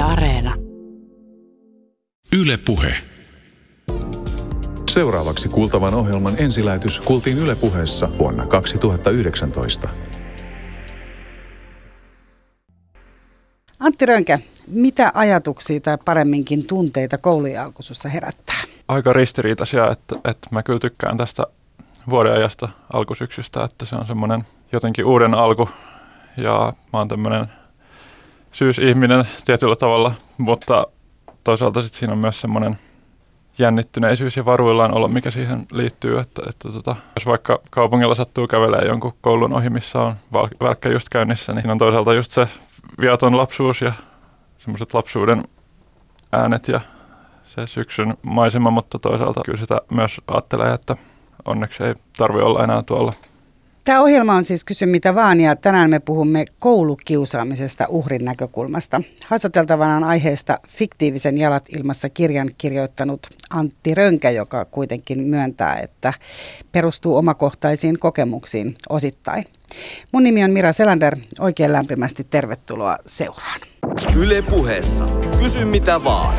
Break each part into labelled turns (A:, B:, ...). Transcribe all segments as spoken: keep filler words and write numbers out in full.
A: Areena.
B: Yle Puhe. Seuraavaksi kuultavan ohjelman ensilähetys kuultiin Yle Puheessa vuonna kaksituhattayhdeksäntoista.
C: Antti Rönkä, mitä ajatuksia tai paremminkin tunteita koulujen alku sussa herättää?
D: Aika ristiriitaisia, että, että mä kyllä tykkään tästä vuodenajasta alkusyksystä, että se on semmoinen jotenkin uuden alku ja mä oon tämmöinen syysihminen tietyllä tavalla, mutta toisaalta sit siinä on myös semmoinen jännittyneisyys ja varuillaan olo, mikä siihen liittyy, että, että tota, jos vaikka kaupungilla sattuu kävelemään jonkun koulun ohi, missä on val- välkkä just käynnissä, niin on toisaalta just se viaton lapsuus ja semmoiset lapsuuden äänet ja se syksyn maisema, mutta toisaalta kyllä sitä myös ajattelee, että onneksi ei tarvitse olla enää tuolla.
C: Tämä ohjelma on siis Kysy mitä vaan ja tänään me puhumme koulukiusaamisesta uhrin näkökulmasta. Haastateltavana on aiheesta fiktiivisen Jalat ilmassa -kirjan kirjoittanut Antti Rönkä, joka kuitenkin myöntää, että perustuu omakohtaisiin kokemuksiin osittain. Mun nimi on Mira Selander. Oikein lämpimästi tervetuloa seuraan.
E: Yle Puheessa. Kysy mitä vaan.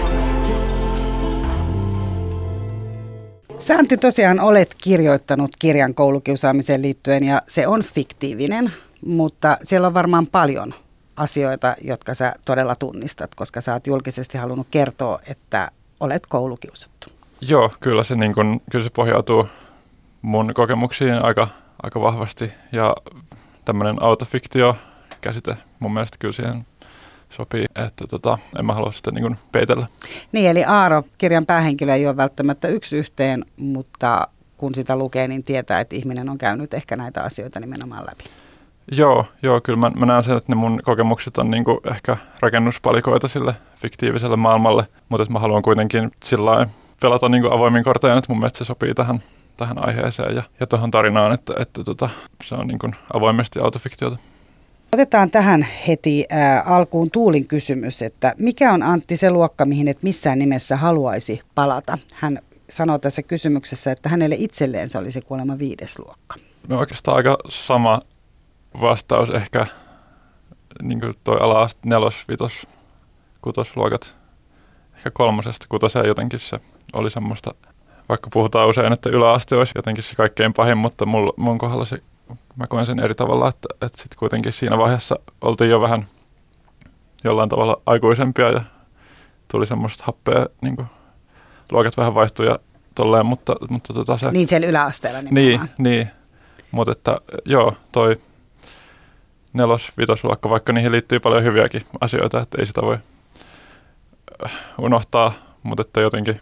C: Sä, Antti, tosiaan olet kirjoittanut kirjan koulukiusaamiseen liittyen ja se on fiktiivinen, mutta siellä on varmaan paljon asioita, jotka sä todella tunnistat, koska sä oot julkisesti halunnut kertoa, että olet koulukiusattu.
D: Joo, kyllä se, niin kun, kyllä se pohjautuu mun kokemuksiin aika, aika vahvasti ja tämmöinen autofiktio-käsite mun mielestä kyllä siihen sopii, että tota, en mä halua sitä niin kuin peitellä.
C: Niin, eli Aaro, kirjan päähenkilö, ei ole välttämättä yksi yhteen, mutta kun sitä lukee, niin tietää, että ihminen on käynyt ehkä näitä asioita nimenomaan läpi.
D: Joo, joo kyllä mä, mä näen sen, että ne mun kokemukset on niin kuin ehkä rakennuspalikoita sille fiktiiviselle maailmalle, mutta että mä haluan kuitenkin sillä pelata niin kuin avoimin kortein, että mun mielestä se sopii tähän, tähän aiheeseen ja, ja tuohon tarinaan, että, että tota, se on niin kuin avoimesti autofiktiota.
C: Otetaan tähän heti ää, alkuun Tuulin kysymys, että mikä on, Antti, se luokka, mihin et missään nimessä haluaisi palata? Hän sanoo tässä kysymyksessä, että hänelle itselleen se olisi kuulemma viides luokka.
D: No oikeastaan aika sama vastaus ehkä, niin kuin toi ala-aste nelos, vitos, kutosluokat, ehkä kolmosesta kutoseen jotenkin se oli semmoista, vaikka puhutaan usein, että yläaste olisi jotenkin se kaikkein pahin, mutta mul, mun kohdalla se mä koen sen eri tavalla, että, että sitten kuitenkin siinä vaiheessa oltiin jo vähän jollain tavalla aikuisempia ja tuli semmoista happea, niin kuin luokat vähän vaihtui ja tolleen, mutta, mutta tota se...
C: Niin siellä yläasteella nimenomaan.
D: Niin, niin. Mutta että joo, toi nelos, vitosluokka, vaikka niihin liittyy paljon hyviäkin asioita, että ei sitä voi unohtaa, mutta että jotenkin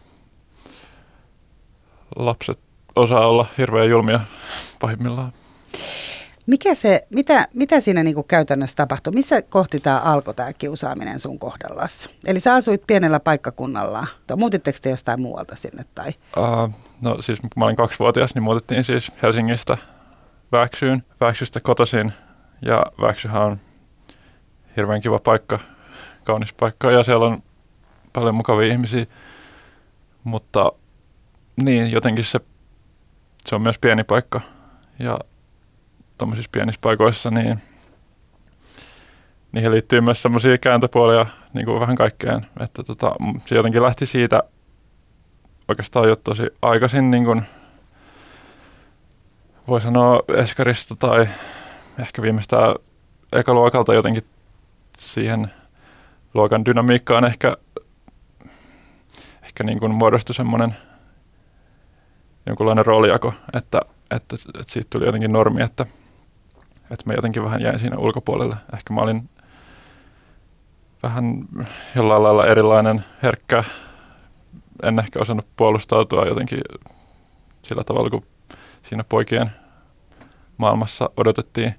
D: lapset osaa olla hirveän julmia pahimmillaan.
C: Mikä se, mitä, mitä siinä niin kuin käytännössä tapahtui? Missä kohti tämä alkoi tämä kiusaaminen sun kohdallasi? Eli sä asuit pienellä paikkakunnalla. Muutitteko te jostain muualta sinne? Tai?
D: Uh, no siis kun mä olin kaksivuotias, niin muutettiin siis Helsingistä Väksyyn, Väksystä kotoisin. Ja Väksyhän on hirveän kiva paikka, kaunis paikka ja siellä on paljon mukavia ihmisiä. Mutta niin, jotenkin se, se on myös pieni paikka ja tuollaisissa pienissä paikoissa, niin niihin liittyy myös semmoisia kääntöpuolia niin kuin vähän kaikkeen. Että tota, se jotenkin lähti siitä oikeastaan jo tosi aikaisin, niin kuin voi sanoa eskarista tai ehkä viimeistään ekaluokalta jotenkin siihen luokan dynamiikkaan ehkä, ehkä niin kuin muodostui semmoinen jonkunlainen roolijako, että, että, että siitä tuli jotenkin normi, että Että mä jotenkin vähän jäin siinä ulkopuolelle. Ehkä mä olin vähän jollain lailla erilainen, herkkä. En ehkä osannut puolustautua jotenkin sillä tavalla, kun siinä poikien maailmassa odotettiin.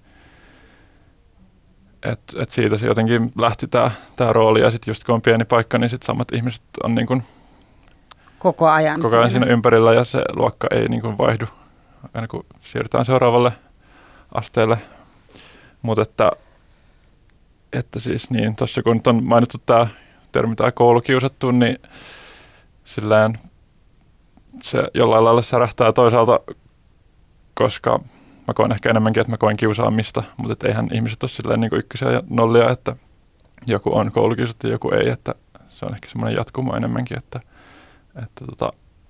D: Että et siitä se jotenkin lähti tää, tää rooli. Ja sitten just kun on pieni paikka, niin sitten samat ihmiset on niin kun
C: koko ajan,
D: koko ajan siinä ympärillä ja se luokka ei niin kun vaihdu aina kun siirrytään seuraavalle asteelle. Mutta että, että siis niin, tuossa kun nyt on mainittu tämä termi tämä koulukiusattu, niin silleen se jollain lailla särähtää toisaalta, koska mä koen ehkä enemmänkin, että mä koen kiusaamista, mutta eihän ihmiset ole silleen niin kuin ykkösiä ja nollia, että, joku on koulukiusattu ja joku ei, että se on ehkä semmoinen jatkumo enemmänkin, että, että tota,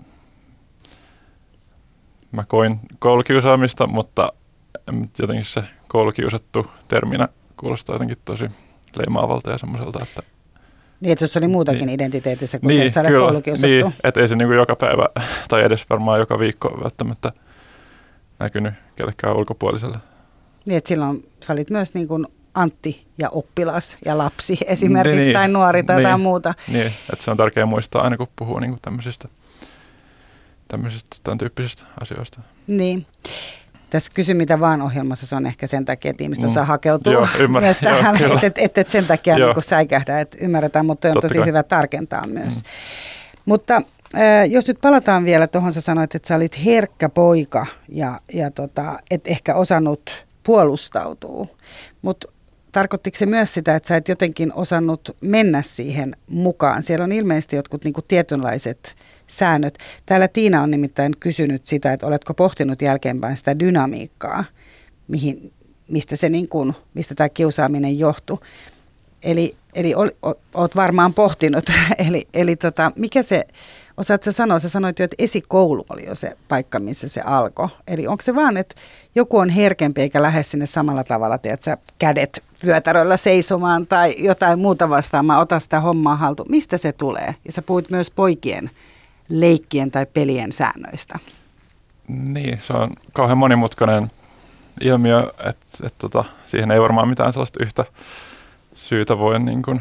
D: mä koin koulukiusaamista, mutta jotenkin se koulukiusattu terminä kuulostaa jotenkin tosi leimaavalta ja semmoiselta, että
C: niin, että se oli muutakin niin, identiteetissä kuin niin, se, että sä olet
D: kyllä,
C: koulukiusattu.
D: Niin, että ei se niin kuin joka päivä tai edes varmaan joka viikko välttämättä näkynyt kellekään ulkopuoliselle.
C: Niin, että silloin sä olit myös niin kuin Antti ja oppilas ja lapsi esimerkiksi
D: niin,
C: tai nuori tai
D: niin,
C: jotain muuta.
D: Niin, että se on tärkeää muistaa aina kun puhuu niin kuin tämmöisistä, tämmöisistä tämän tyyppisistä asioista. Niin.
C: Tässä Kysy mitä vaan -ohjelmassa se on ehkä sen takia, että ihmiset osaa hakeutua
D: joo, ymmärrän,
C: myös tähän, että et, et, et sen takia niin säikähdä, että ymmärretään, mutta on Totta tosi kai. hyvä tarkentaa myös. Mm. Mutta äh, jos nyt palataan vielä tuohon, sä sanoit, että sä olit herkkä poika ja, ja tota, et ehkä osannut puolustautua, mutta tarkoittiko se myös sitä, että sä et jotenkin osannut mennä siihen mukaan? Siellä on ilmeisesti jotkut niin kuin tietynlaiset säännöt. Täällä Tiina on nimittäin kysynyt sitä, että oletko pohtinut jälkeenpäin sitä dynamiikkaa, mihin, mistä, se niin kuin, mistä tämä kiusaaminen johtui. Eli, eli ol, o, oot varmaan pohtinut. eli eli tota, mikä se, osaat sä sanoa, sä sanoit jo, että esikoulu oli jo se paikka, missä se alkoi. Eli onko se vaan, että joku on herkempi eikä lähde sinne samalla tavalla, tiedät sä, kädet vyötäröllä seisomaan tai jotain muuta vastaamaan, ota sitä hommaa haltuun. Mistä se tulee? Ja sä puhuit myös poikien leikkien tai pelien säännöistä.
D: Niin, se on kauhean monimutkainen ilmiö, että et tota, siihen ei varmaan mitään sellaista yhtä syytä voi niin kuin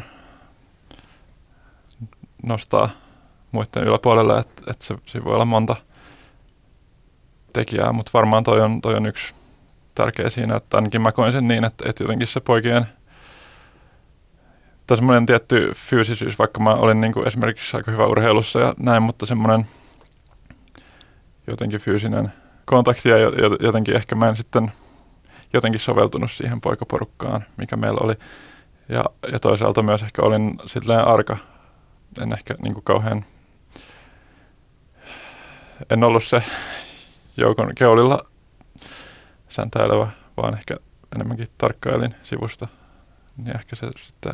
D: nostaa muiden yläpuolelle, että et se, se voi olla monta tekijää, mutta varmaan toi on, toi on yksi tärkeä siinä, että ainakin mä koin sen niin, että, että jotenkin se poikien tai semmoinen tietty fyysisyys, vaikka mä olin niin kuin esimerkiksi aika hyvä urheilussa ja näin, mutta semmoinen jotenkin fyysinen kontakti ja jotenkin ehkä mä en sitten jotenkin soveltunut siihen poikaporukkaan, mikä meillä oli. Ja, ja toisaalta myös ehkä olin silleen arka. En ehkä niin kuin kauhean, en ollut se joukon keulilla säntäilevä, vaan ehkä enemmänkin tarkkailin sivusta. Niin ehkä se sitten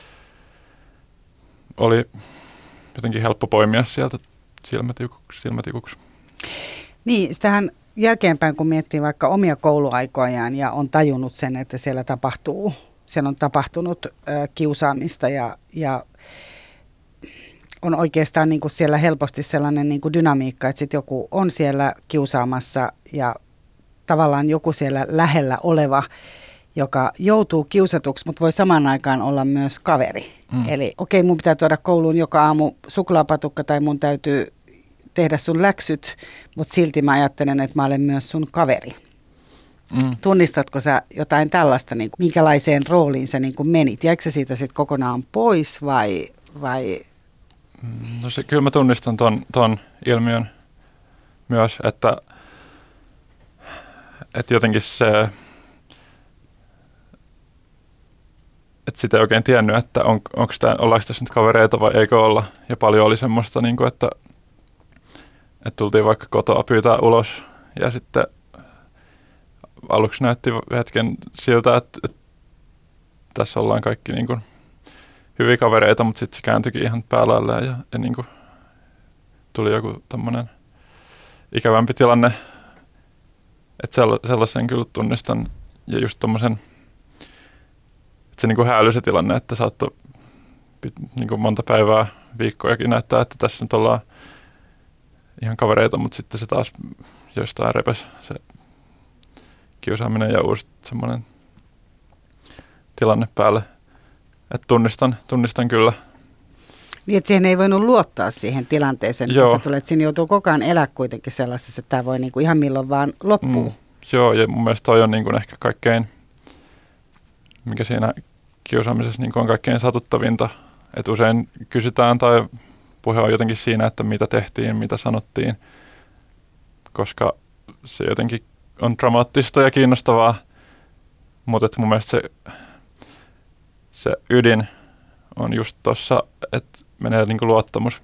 D: oli jotenkin helppo poimia sieltä silmätikuksi. silmätikuksi.
C: Niin, sitähän jälkeenpäin, kun miettii vaikka omia kouluaikojaan ja on tajunnut sen, että siellä tapahtuu, siellä on tapahtunut ö, kiusaamista ja, ja on oikeastaan niin kuin siellä helposti sellainen niin kuin dynamiikka, että sitten joku on siellä kiusaamassa ja tavallaan joku siellä lähellä oleva, joka joutuu kiusatuksi, mutta voi samaan aikaan olla myös kaveri. Mm. Eli okei, okay, mun pitää tuoda kouluun joka aamu suklaapatukka tai mun täytyy tehdä sun läksyt, mutta silti mä ajattelen, että mä olen myös sun kaveri. Mm. Tunnistatko sä jotain tällaista, niin kuin, minkälaiseen rooliin sä niin kuin menit? Jäikö sä siitä sitten kokonaan pois vai... vai?
D: No se, kyllä mä tunnistan ton, ton ilmiön myös, että, että jotenkin se... Että sitä ei oikein tiennyt, että on, onko tämä, ollaanko tässä nyt kavereita vai eikö olla. Ja paljon oli semmoista, niin kuin, että, että tultiin vaikka kotoa pyytää ulos. Ja sitten aluksi näytti hetken siltä, että, että tässä ollaan kaikki niin kuin hyviä kavereita, mutta sitten se kääntyikin ihan päälailleen ja, ja niin kuin tuli joku tommonen ikävämpi tilanne. Että sellaisen kyllä tunnistan ja just tommosen... Se niin kuin hääly se tilanne, että saattoi niin kuin monta päivää, viikkojakin näyttää, että tässä nyt ollaan ihan kavereita, mutta sitten se taas jostain repesi se kiusaaminen ja uusi semmoinen tilanne päälle. Että tunnistan, tunnistan kyllä.
C: Niin, että siihen ei voinut luottaa siihen tilanteeseen, mitä se tulee. Että siinä joutuu koko ajan elää kuitenkin sellaisessa, että tämä voi niin kuin ihan milloin vaan loppuu. Mm,
D: joo, ja mun mielestä toi on niin kuin ehkä kaikkein... mikä siinä kiusaamisessa niin on kaikkein satuttavinta, että usein kysytään tai puhe on jotenkin siinä, että mitä tehtiin, mitä sanottiin, koska se jotenkin on dramaattista ja kiinnostavaa, mutta mun mielestä se, se ydin on just tuossa, että menee niin kuin luottamus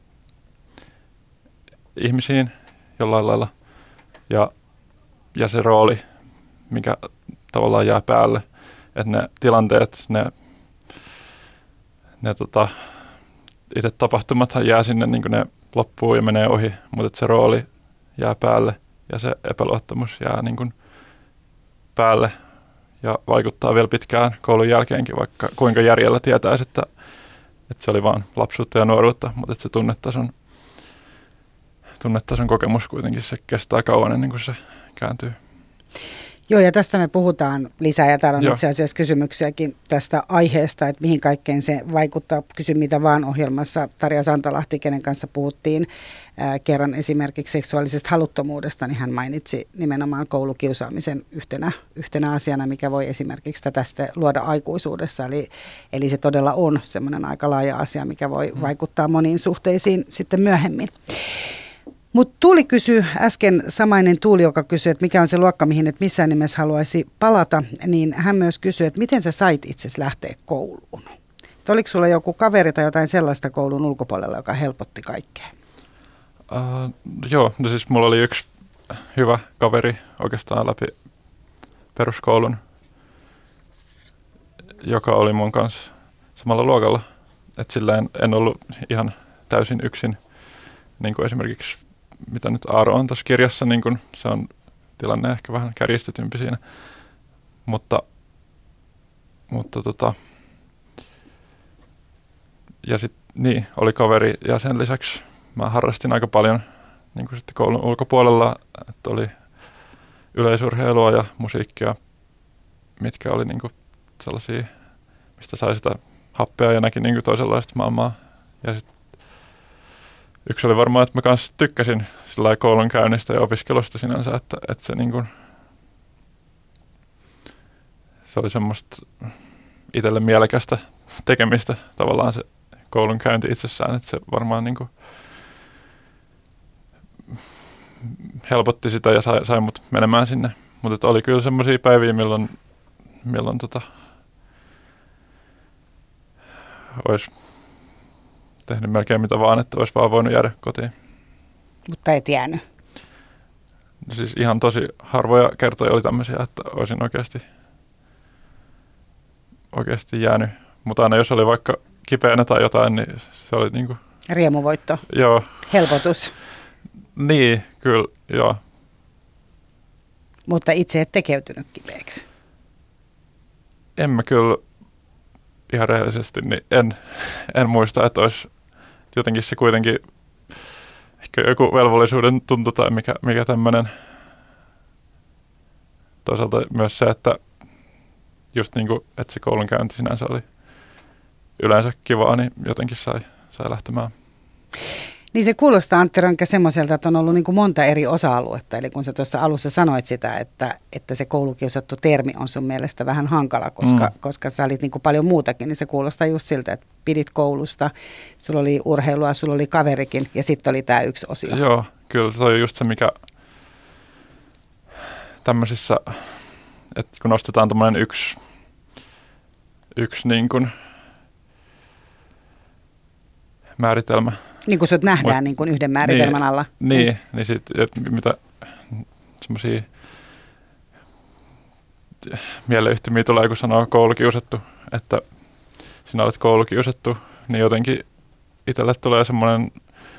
D: ihmisiin jollain lailla ja, ja se rooli, mikä tavallaan jää päälle. Että ne tilanteet, ne ne tota, itse tapahtumathan jää sinne, niin kuin ne loppuu ja menee ohi, mutta se rooli jää päälle ja se epäluottamus jää niin kuin päälle ja vaikuttaa vielä pitkään koulun jälkeenkin, vaikka kuinka järjellä tietäisi, että, että se oli vaan lapsuutta ja nuoruutta, mutta että se tunnetason, tunnetason kokemus kuitenkin se kestää kauan ennen kuin se kääntyy.
C: Joo, ja tästä me puhutaan lisää, ja täällä on
D: Joo.
C: itse asiassa kysymyksiäkin tästä aiheesta, että mihin kaikkeen se vaikuttaa. Kysy mitä vaan -ohjelmassa Tarja Santalahti, kenen kanssa puhuttiin ää, kerran esimerkiksi seksuaalisesta haluttomuudesta, niin hän mainitsi nimenomaan koulukiusaamisen yhtenä, yhtenä asiana, mikä voi esimerkiksi tätä sitten luoda aikuisuudessa. Eli, eli se todella on semmoinen aika laaja asia, mikä voi hmm. vaikuttaa moniin suhteisiin sitten myöhemmin. Mutta Tuuli kysyi äsken, samainen Tuuli, joka kysyi, että mikä on se luokka, mihin et missään nimessä haluaisi palata, niin hän myös kysyi, että miten sä sait itsesi lähteä kouluun? Et oliko sulla joku kaveri tai jotain sellaista koulun ulkopuolella, joka helpotti kaikkea?
D: Uh, joo, no siis mulla oli yksi hyvä kaveri oikeastaan läpi peruskoulun, joka oli mun kanssa samalla luokalla. Että sillä en, en ollut ihan täysin yksin, niin kuin esimerkiksi mitä nyt Aaro on tuossa kirjassa, niin kun se on tilanne ehkä vähän kärjistetympi siinä, mutta, mutta tota, ja sitten niin, oli kaveri ja sen lisäksi mä harrastin aika paljon niin kuin sitten koulun ulkopuolella, että oli yleisurheilua ja musiikkia, mitkä oli niin kuin sellaisia, mistä sai sitä happea ja näki niin kuin toisenlaista maailmaa. Ja sitten yksi oli varmaan, että mä kanssa tykkäsin sillä koulun käynnistä ja opiskelusta sinänsä, että, että se, niin kuin, se oli semmoista itselle mielekästä tekemistä tavallaan se koulun käynti itsessään, että se varmaan niin kuin helpotti sitä ja sai, sai mut menemään sinne. Mutta oli kyllä semmoisia päiviä, milloin, milloin tota, olisi tehnyt melkein mitä vaan, että olisi vaan voinut jäädä kotiin.
C: Mutta et jäänyt.
D: Siis ihan tosi harvoja kertoja oli tämmöisiä, että olisin oikeasti, oikeasti jäänyt. Mutta aina jos oli vaikka kipeänä tai jotain, niin se oli niinku...
C: Riemuvoitto.
D: Joo.
C: Helpotus.
D: Niin, kyllä, joo.
C: Mutta itse et tekeytynyt kipeäksi.
D: En mä kyllä ihan rehellisesti, niin en, en muista, että olisi jotenkin se kuitenkin ehkä joku velvollisuuden tuntu tai mikä, mikä tämmöinen. Toisaalta myös se, että just niin kuin, että se koulunkäynti sinänsä oli yleensä kivaa, niin jotenkin sai, sai lähtemään.
C: Niin se kuulostaa, Antti Rönkä, semmoiselta, että on ollut niin kuin monta eri osa-aluetta. Eli kun sä tuossa alussa sanoit sitä, että, että se koulukiusattu termi on sun mielestä vähän hankala, koska, mm. koska sä olit niin kuin paljon muutakin, niin se kuulostaa just siltä, että pidit koulusta, sulla oli urheilua, sulla oli kaverikin ja sitten oli tämä yksi osio.
D: Joo, kyllä se on just se, mikä tämmöisissä, että kun nostetaan tommoinen yksi, yksi niin kuin määritelmä.
C: Niin kuin sut nähdään Mut, niin kuin yhden määritelmän
D: niin,
C: alla.
D: Niin,
C: mm.
D: niin sitten mitä semmoisia mieleyhtymiä tulee, kun sanoo koulukiusattu, että sinä olet koulukiusattu, niin jotenkin itselle tulee semmoinen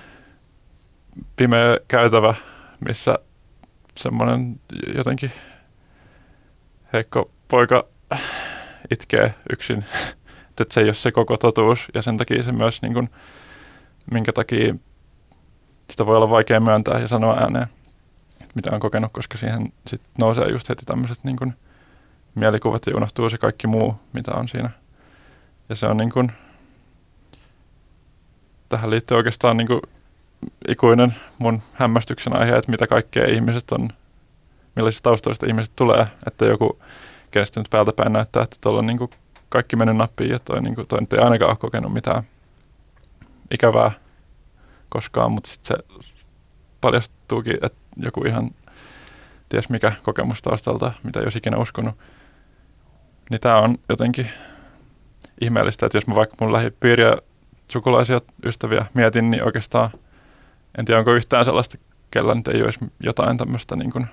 D: pimeä käytävä, missä semmoinen jotenkin heikko poika itkee yksin, että se ei ole se koko totuus ja sen takia se myös niin kuin, minkä takia sitä voi olla vaikea myöntää ja sanoa ääneen, mitä on kokenut, koska siihen sit nousee just heti tämmöiset niin kuin mielikuvat ja unohtuu se kaikki muu, mitä on siinä. Ja se on niin kuin, tähän liittyy oikeastaan niin kuin ikuinen mun hämmästyksen aihe, että mitä kaikkea ihmiset on, millaisista taustoista ihmiset tulee, että joku, kenestä nyt päältä päin näyttää, että tuolla on niin kuin kaikki mennyt nappiin ja toi, niin kuin, toi nyt ei ainakaan ole kokenut mitään ikävää koskaan, mutta sitten se paljastuukin, että joku ihan ties mikä kokemus taustalta, mitä ei olisi ikinä uskonut. Niin tämä on jotenkin ihmeellistä, että jos mä vaikka mun lähipiiriä, sukulaisia, ystäviä mietin, niin oikeastaan en tiedä, onko yhtään sellaista, kellä nyt ei olisi jotain tämmöistä niin kuin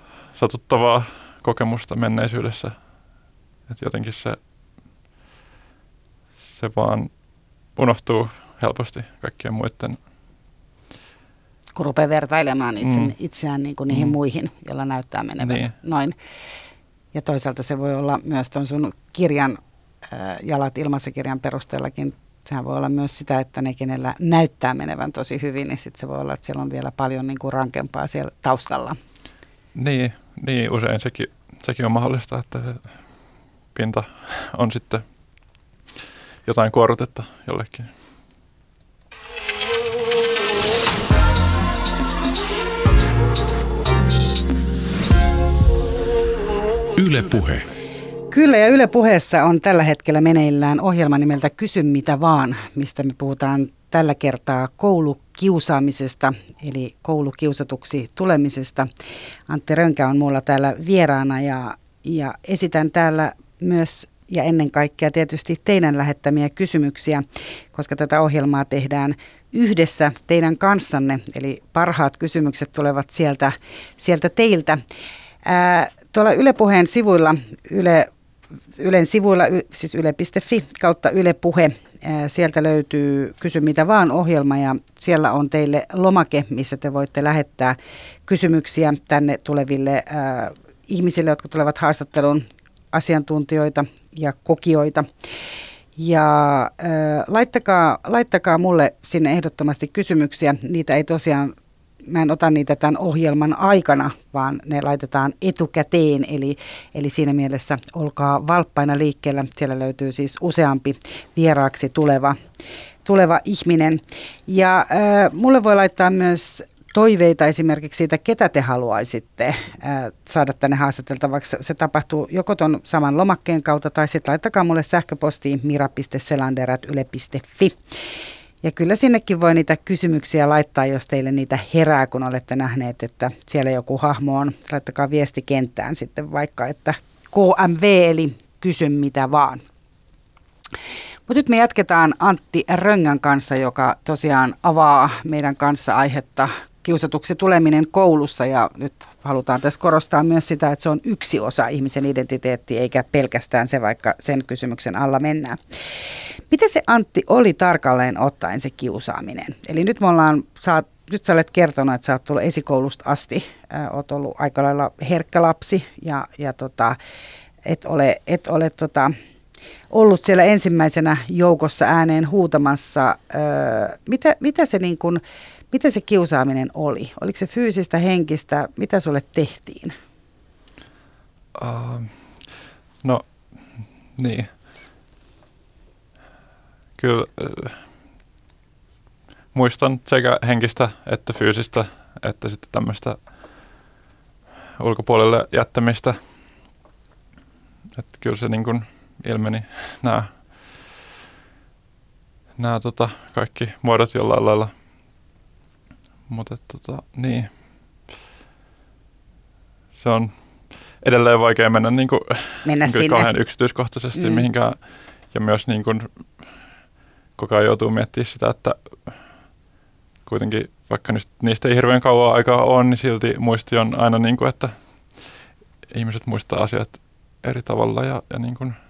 D: satuttavaa kokemusta menneisyydessä. Että jotenkin se se vaan unohtuu helposti kaikkien muiden.
C: Kun rupeaa vertailemaan itse,
D: Mm.
C: itseään niin kuin niihin
D: Mm.
C: muihin, jolla näyttää menevän
D: Niin.
C: noin. Ja toisaalta se voi olla myös tuon sun kirjan, äh, Jalat ilmassa -kirjan perusteellakin, sehän voi olla myös sitä, että ne, kenellä näyttää menevän tosi hyvin, niin sitten se voi olla, että siellä on vielä paljon niin kuin rankempaa siellä taustalla.
D: Niin, niin usein sekin, sekin on mahdollista, että se pinta on sitten jotain kuorrutetta jollekin.
B: Yle Puhe.
C: Kyllä, ja Yle Puheessa on tällä hetkellä meneillään ohjelma nimeltä Kysy mitä vaan, mistä me puhutaan tällä kertaa koulukiusaamisesta, eli koulukiusatuksi tulemisesta. Antti Rönkä on mulla täällä vieraana ja, ja esitän täällä myös ja ennen kaikkea tietysti teidän lähettämiä kysymyksiä, koska tätä ohjelmaa tehdään yhdessä teidän kanssanne, eli parhaat kysymykset tulevat sieltä, sieltä teiltä. Ää, tuolla Yle Puheen sivuilla, Yle, Ylen sivuilla, siis yle piste fi kautta Yle Puhe, ää, sieltä löytyy Kysy mitä vaan -ohjelma ja siellä on teille lomake, missä te voitte lähettää kysymyksiä tänne tuleville ää, ihmisille, jotka tulevat haastatteluun, asiantuntijoita ja kokijoita. Ja äh, laittakaa, laittakaa mulle sinne ehdottomasti kysymyksiä. Niitä ei tosiaan, mä en ota niitä tämän ohjelman aikana, vaan ne laitetaan etukäteen. Eli, eli siinä mielessä olkaa valppaina liikkeellä. Siellä löytyy siis useampi vieraaksi tuleva, tuleva ihminen. Ja äh, mulle voi laittaa myös toiveita esimerkiksi siitä, ketä te haluaisitte äh, saada tänne haastateltavaksi. Se tapahtuu joko ton saman lomakkeen kautta tai sitten laittakaa mulle sähköpostiin mira piste selander ät yle piste fi. Ja kyllä sinnekin voi niitä kysymyksiä laittaa, jos teille niitä herää, kun olette nähneet, että siellä joku hahmo on. Laittakaa viesti kenttään sitten vaikka, että K M V eli kysy mitä vaan. Mutta nyt me jatketaan Antti Röngän kanssa, joka tosiaan avaa meidän kanssa aihetta kiusatuksi tuleminen koulussa, ja nyt halutaan tässä korostaa myös sitä, että se on yksi osa ihmisen identiteettiä, eikä pelkästään se, vaikka sen kysymyksen alla mennään. Mitä se, Antti, oli tarkalleen ottaen se kiusaaminen? Eli nyt me ollaan, sä, nyt sä olet kertonut, että sä oot tullut esikoulusta asti, äh, oot ollut aika lailla herkkä lapsi ja, ja tota, et ole, et ole tota, ollut siellä ensimmäisenä joukossa ääneen huutamassa. Öö, mitä, mitä, se niin kun, mitä se kiusaaminen oli? Oliko se fyysistä, henkistä? Mitä sulle tehtiin?
D: Uh, no, niin. Kyllä äh, muistan sekä henkistä että fyysistä, että sitten tämmöistä ulkopuolelle jättämistä. Että kyllä se niin kuin ilmeni nämä, nämä tota, kaikki muodot jollain lailla. Mutta tota, niin. Se on edelleen vaikea mennä, niin kuin,
C: mennä
D: niin kuin kauhean yksityiskohtaisesti mm. mihinkään. Ja myös niin kuin, koko ajan joutuu miettimään sitä, että kuitenkin vaikka niistä ei hirveän kauan aikaa ole, niin silti muisti on aina, niin kuin, että ihmiset muistaa asiat eri tavalla ja, ja niin kuin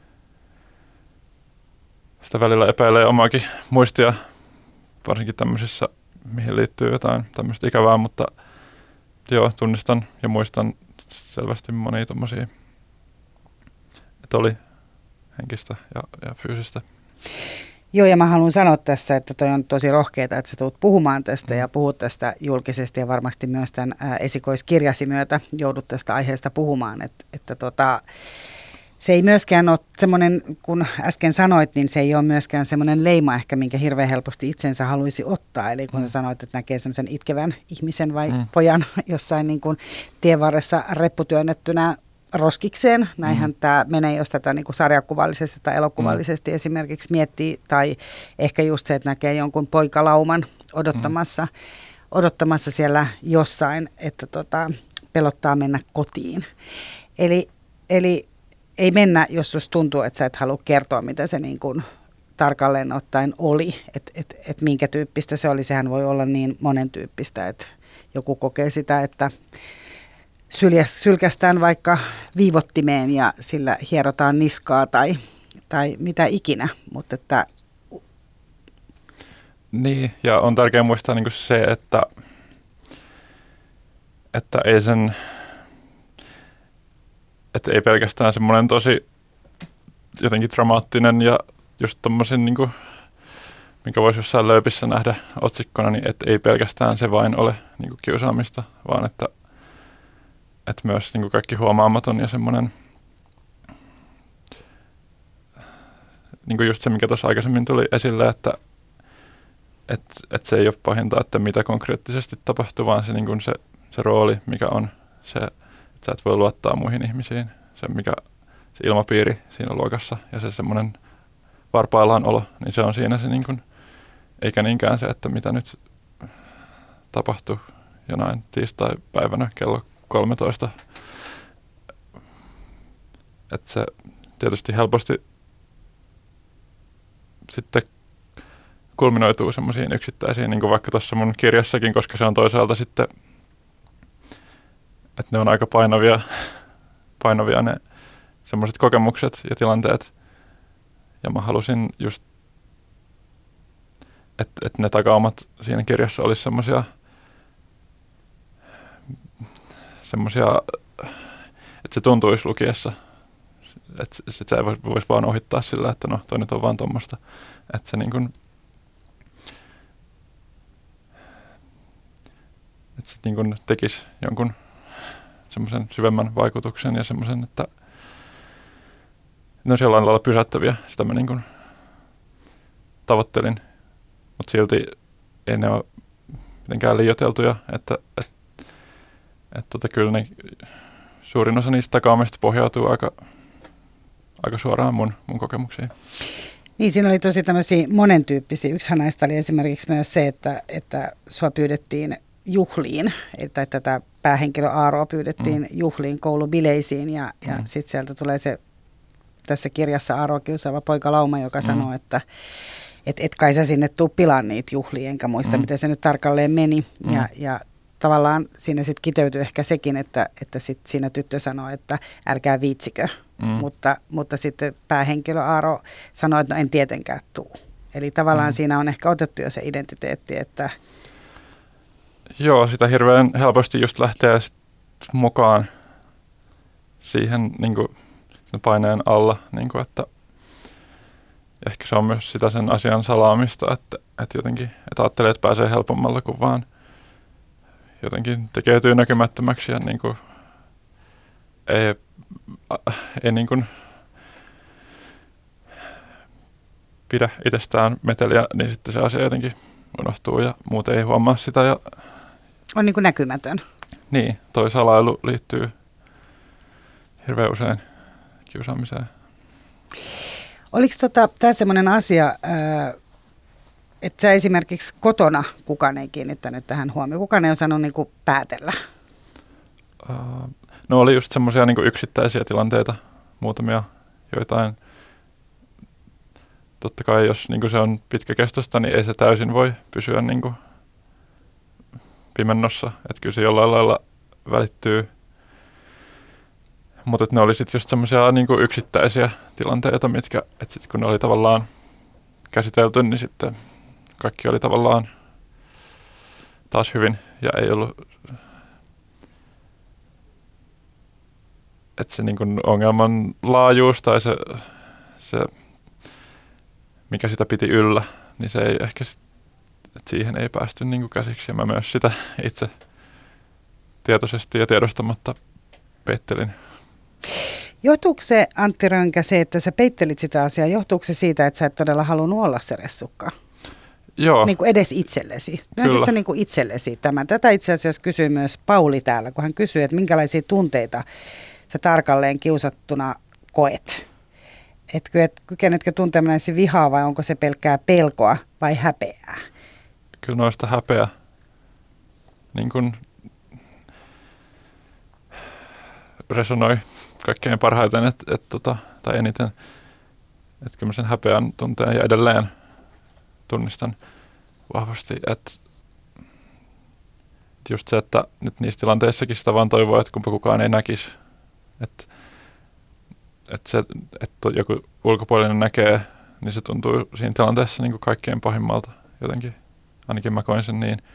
D: sitä välillä epäilee omaakin muistia, varsinkin tämmöisissä, mihin liittyy jotain tämmöistä ikävää, mutta joo, tunnistan ja muistan selvästi monia tommosia, että oli henkistä ja, ja fyysistä.
C: Joo, ja mä haluan sanoa tässä, että toi on tosi rohkeeta, että sä tulet puhumaan tästä ja puhut tästä julkisesti ja varmasti myös tämän ää, esikoiskirjasi myötä joudut tästä aiheesta puhumaan, että, että tota, se ei myöskään ole semmoinen, kun äsken sanoit, niin se ei ole myöskään semmoinen leima ehkä, minkä hirveän helposti itsensä haluaisi ottaa. Eli kun mm. sä sanoit, että näkee semmoisen itkevän ihmisen vai mm. pojan jossain niin kuin tien varressa repputyönnettynä roskikseen. Näinhän mm. tämä menee, jos tätä niin kuin sarjakuvallisesti tai elokuvallisesti mm. esimerkiksi miettii. Tai ehkä just se, että näkee jonkun poikalauman odottamassa, mm. odottamassa siellä jossain, että tota, pelottaa mennä kotiin. Eli, eli ei mennä, jos susta tuntuu, että sä et halua kertoa, mitä se niin kuin tarkalleen ottaen oli, että et, et minkä tyyppistä se oli. Sehän voi olla niin monen tyyppistä, että joku kokee sitä, että sylkästään vaikka viivottimeen ja sillä hierotaan niskaa tai, tai mitä ikinä, mutta että...
D: Niin, ja on tärkeää muistaa niin kuin se, että, että ei sen, että ei pelkästään semmoinen tosi jotenkin dramaattinen ja just tommosin niin kuin, mikä voisi jossain lööpissä nähdä otsikkona, niin että ei pelkästään se vain ole niin kuin kiusaamista, vaan että, että myös niin kuin kaikki huomaamaton ja semmoinen, niin kuin just se, mikä tuossa aikaisemmin tuli esille, että Että et se ei ole pahinta, että mitä konkreettisesti tapahtuu, vaan se, niin kun se, se rooli, mikä on se, että sä et voi luottaa muihin ihmisiin, se, mikä, se ilmapiiri siinä luokassa ja se semmoinen varpaillaan olo, niin se on siinä se, niin kun, eikä niinkään se, että mitä nyt tapahtuu jonain tiistai-päivänä kello kolmetoista. Että se tietysti helposti sitten kulminoituu semmoisiin yksittäisiin, niin kuin vaikka tuossa mun kirjassakin, koska se on toisaalta sitten, että ne on aika painavia, painavia ne semmoiset kokemukset ja tilanteet. Ja mä halusin just, että, että ne takaumat siinä kirjassa olisi semmoisia, semmoisia, että se tuntuisi lukiessa, että sit sä ei voisi vaan ohittaa sillä, että no toi nyt on vaan tommoista, että se niin kuin että se niin kuin tekisi jonkun semmoisen syvemmän vaikutuksen ja semmoisen, että ne olisi jollain lailla pysäyttäviä. Sitä mä niin kuin tavoittelin, mutta silti ei ne ole mitenkään liioiteltuja, että et, et, tota, kyllä ne, suurin osa niistä takaamista pohjautuu aika, aika suoraan mun, mun kokemuksiin.
C: Niin, siinä oli tosi tämmöisiä monentyyppisiä. Yksihän näistä oli esimerkiksi myös se, että, että sua pyydettiin juhliin, tai tätä päähenkilö Aaroa pyydettiin mm. juhliin, koulubileisiin, ja, ja mm. sitten sieltä tulee se tässä kirjassa Aaroa kiusaava poika Lauma, joka mm. sanoo, että et, et kai sä sinne tuu pilaan niitä juhlia, enkä muista, mm. miten se nyt tarkalleen meni. Mm. Ja, ja tavallaan siinä sitten kiteytyi ehkä sekin, että, että sit siinä tyttö sanoo, että älkää viitsikö, mm. mutta, mutta sitten päähenkilö Aaro sanoo, että no en tietenkään tuu. Eli tavallaan mm. siinä on ehkä otettu jo se identiteetti, että
D: joo, sitä hirveän helposti just lähtee mukaan siihen niin kuin, sen paineen alla, niin kuin, että ehkä se on myös sitä sen asian salaamista, että, että jotenkin että ajattelee, että pääsee helpommalla, kun vaan jotenkin tekeytyy näkymättömäksi ja niin kuin, ei, ei niin kuin, pidä itsestään meteliä, niin sitten se asia jotenkin unohtuu ja muuten ei huomaa sitä. Ja
C: on niin kuin näkymätön.
D: Niin, toi salailu liittyy hirveän usein kiusaamiseen.
C: Oliko tota, tämä semmoinen asia, että sä esimerkiksi kotona kukaan ei kiinnittänyt tähän huomioon? Kukaan ei osannut niin kuin päätellä?
D: No oli just semmoisia niin kuin yksittäisiä tilanteita, muutamia joitain. Totta kai jos niin kuin se on pitkäkestoista, niin ei se täysin voi pysyä niin kuin pimennossa. Että kyllä se jollain lailla välittyy. Mutta ne oli sitten just semmoisia niin kuin yksittäisiä tilanteita, mitkä, että sitten kun ne oli tavallaan käsitelty, niin sitten kaikki oli tavallaan taas hyvin ja ei ollut, että se niin kuin ongelman laajuus tai se, se mikä sitä piti yllä, niin se ei ehkä, että siihen ei päästy niin kuin käsiksi. Ja mä myös sitä itse tietoisesti ja tiedostamatta peittelin.
C: Johtuuko se, Antti Rönkä, se, että sä peittelit sitä asiaa, johtuuko se siitä, että sä et todella halunnut olla se ressukka?
D: Joo.
C: Niin kuin edes itsellesi. Myönsit sä niin kuin itsellesi tämän? Tätä itse asiassa kysyy myös Pauli täällä, kun hän kysyy, että minkälaisia tunteita sä tarkalleen kiusattuna koet? Että kykenetkö tuntemaan vihaa vai onko se pelkkää pelkoa vai häpeää?
D: Kyllä noista häpeä. Niin kuin resonoi kaikkein parhaiten, et, et, tota, tai eniten, että kyllä mä sen häpeän tunteen ja edelleen tunnistan vahvasti, että just se, että nyt niissä tilanteissakin sitä vaan toivoo, että kumpa kukaan ei näkisi, että että se, että joku ulkopuolinen näkee, niin se tuntuu siinä tilanteessa niin kuin kaikkein pahimmalta jotenkin. Ainakin mä koin sen niin.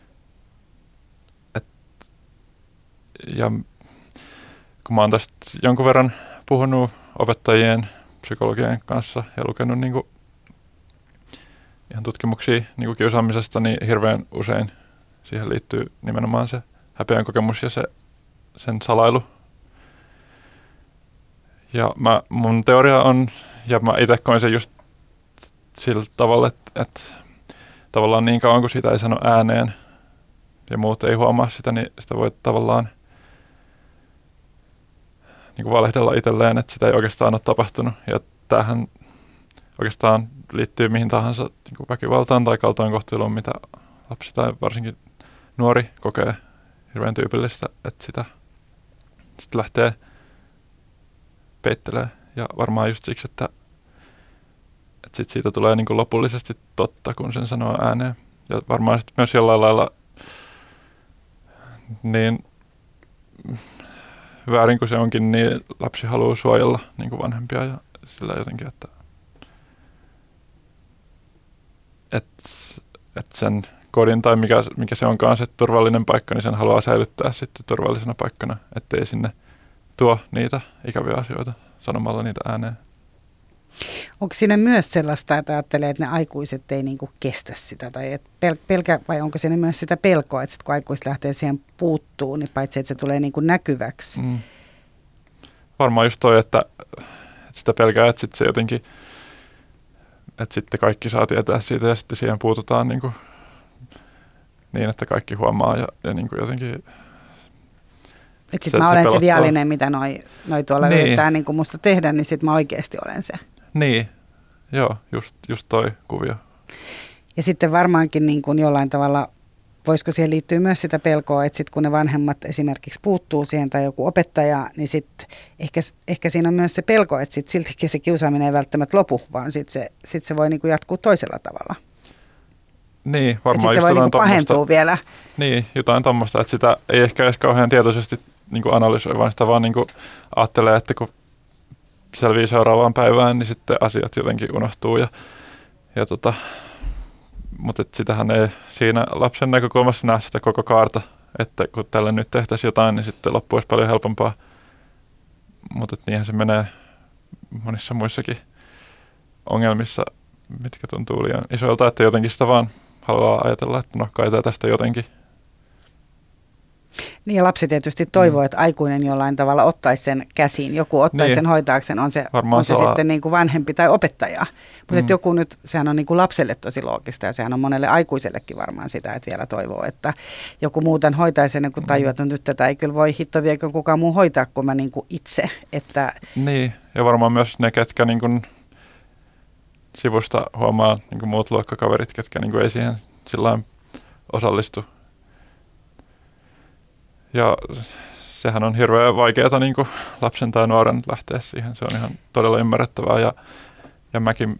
D: Et, ja kun mä oon tästä jonkun verran puhunut opettajien, psykologien kanssa ja lukenut niin kuin ihan tutkimuksia niin kuin kiusaamisesta, niin hirveän usein siihen liittyy nimenomaan se häpeän kokemus ja se, sen salailu. Ja mä, mun teoria on, ja mä itse koin sen just sillä tavalla, että, että tavallaan niin kauan kun sitä ei sano ääneen ja muut ei huomaa sitä, niin sitä voi tavallaan niin kuin valehdella itselleen, että sitä ei oikeastaan ole tapahtunut. Ja tämähän oikeastaan liittyy mihin tahansa niin kuin väkivaltaan tai kaltoinkohteluun, mitä lapsi tai varsinkin nuori kokee hirveän tyypillistä, että sitä sitten lähtee peittelee. Ja varmaan just siksi, että, että sit siitä tulee niin kuin lopullisesti totta, kun sen sanoo ääneen. Ja varmaan sitten myös jollain lailla niin väärin kuin se onkin, niin lapsi haluaa suojella niin kuin vanhempia ja sillä jotenkin, että, että, että sen kodin tai mikä, mikä se onkaan se turvallinen paikka, niin sen haluaa säilyttää sitten turvallisena paikkana, ettei sinne tuo niitä ikäviä asioita sanomalla niitä ääneen.
C: Onko siinä myös sellaista, että ajattelee, että ne aikuiset ei niinku kestä sitä, tai et pel- pelkä, vai onko siinä myös sitä pelkoa, että kun aikuiset lähtee siihen puuttuu, niin paitsi että se tulee niinku näkyväksi?
D: Mm. Varmaan just toi, että, että sitä pelkää, että sitten se jotenkin, että sitten kaikki saa tietää siitä ja sitten siihen puututaan niin, kuin, niin että kaikki huomaa ja, ja niin kuin jotenkin.
C: Että sitten mä olen se, se viallinen, mitä noi, noi tuolla niin yrittää niin kuin musta tehdä, niin sitten mä oikeasti olen se.
D: Niin, joo, just, just toi kuvio.
C: Ja sitten varmaankin niin kuin jollain tavalla, voisiko siihen liittyä myös sitä pelkoa, että sitten kun ne vanhemmat esimerkiksi puuttuu siihen tai joku opettaja, niin sitten ehkä, ehkä siinä on myös se pelko, että sitten siltikin se kiusaaminen ei välttämättä lopu, vaan sitten se, sit se voi niin kuin jatkuu toisella tavalla.
D: Niin, varmaan
C: sitten se voi niin kuin pahentua vielä.
D: Niin, jotain tommoista, että sitä ei ehkä edes kauhean tietoisesti niin kuin analysoi, vaan sitä vaan niin kuin ajattelee, että kun selvii seuraavaan päivään, niin sitten asiat jotenkin unohtuu. Ja, ja tota, mutta sitähän ei siinä lapsen näkökulmassa näe sitä koko kaarta, että kun tälle nyt tehtäisiin jotain, niin sitten loppu olisi paljon helpompaa. Mutta niinhän se menee monissa muissakin ongelmissa, mitkä tuntuu liian isoilta, että jotenkin sitä vaan haluaa ajatella, että no kai tämä tästä jotenkin. Niin ja
C: lapsi tietysti toivoo, mm. että aikuinen jollain tavalla ottaisi sen käsiin. Joku ottaisi niin sen hoitaakseen, on se, on se sitten niin kuin vanhempi tai opettaja. Mutta mm. joku nyt, sehän on niin kuin lapselle tosi loogista ja sehän on monelle aikuisellekin varmaan sitä, että vielä toivoo, että joku muu tämän hoitaisi ennen kuin tajuaa, että nyt tätä ei kyllä voi hitto viekö kukaan muu hoitaa kuin mä niin kuin itse. Että
D: niin ja varmaan myös ne, ketkä niin kuin sivusta huomaa niin kuin muut luokkakaverit, ketkä niin kuin ei siihen sillain osallistu. Ja sehän on hirveän vaikeaa niin kuin lapsen tai nuoren lähteä siihen. Se on ihan todella ymmärrettävää. Ja, ja mäkin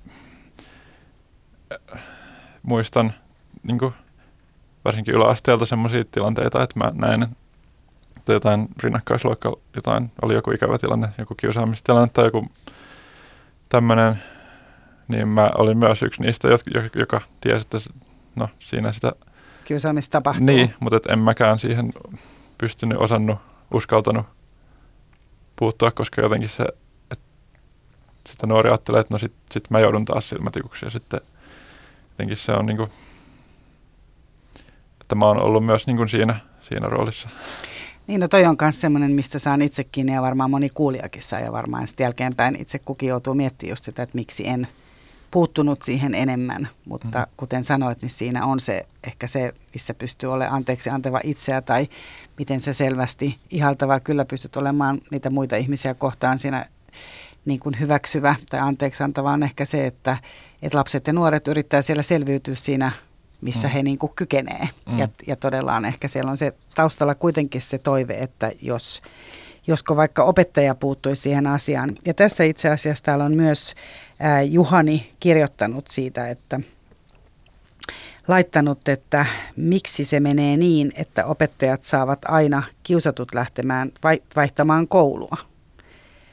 D: muistan niin kuin varsinkin yläasteelta semmoisia tilanteita, että mä näin, että jotain rinnakkaisluokka, jotain, oli joku ikävä tilanne, joku kiusaamistilanne tai joku tämmöinen. Niin mä olin myös yksi niistä, joka tiesi, että no, siinä sitä
C: kiusaamista tapahtuu.
D: Niin, mutta et en mäkään siihen pystynyt, osannut, uskaltanut puuttua, koska jotenkin se, että sitä nuori ajattelee, että no sit, sit mä joudun taas silmätikuksi ja sitten jotenkin se on niinku, että mä oon ollut myös niinku siinä, siinä roolissa.
C: Niin, no toi on myös semmoinen, mistä saan itsekin ja varmaan moni kuulijakin saa ja varmaan sitten jälkeenpäin itse kukin joutuu miettimään just sitä, että miksi en puuttunut siihen enemmän, mutta mm. kuten sanoit, niin siinä on se ehkä se, missä pystyy olemaan anteeksi antava itseä tai miten se selvästi ihaltava kyllä pystyt olemaan niitä muita ihmisiä kohtaan siinä niin kuin hyväksyvä tai anteeksi antava on ehkä se, että, että lapset ja nuoret yrittää siellä selviytyä siinä, missä mm. he niin kuin kykenee mm. ja, ja todella on ehkä siellä on se taustalla kuitenkin se toive, että jos josko vaikka opettaja puuttuisi siihen asiaan. Ja tässä itse asiassa täällä on myös ää, Juhani kirjoittanut siitä, että laittanut, että miksi se menee niin, että opettajat saavat aina kiusatut lähtemään vai, vaihtamaan koulua.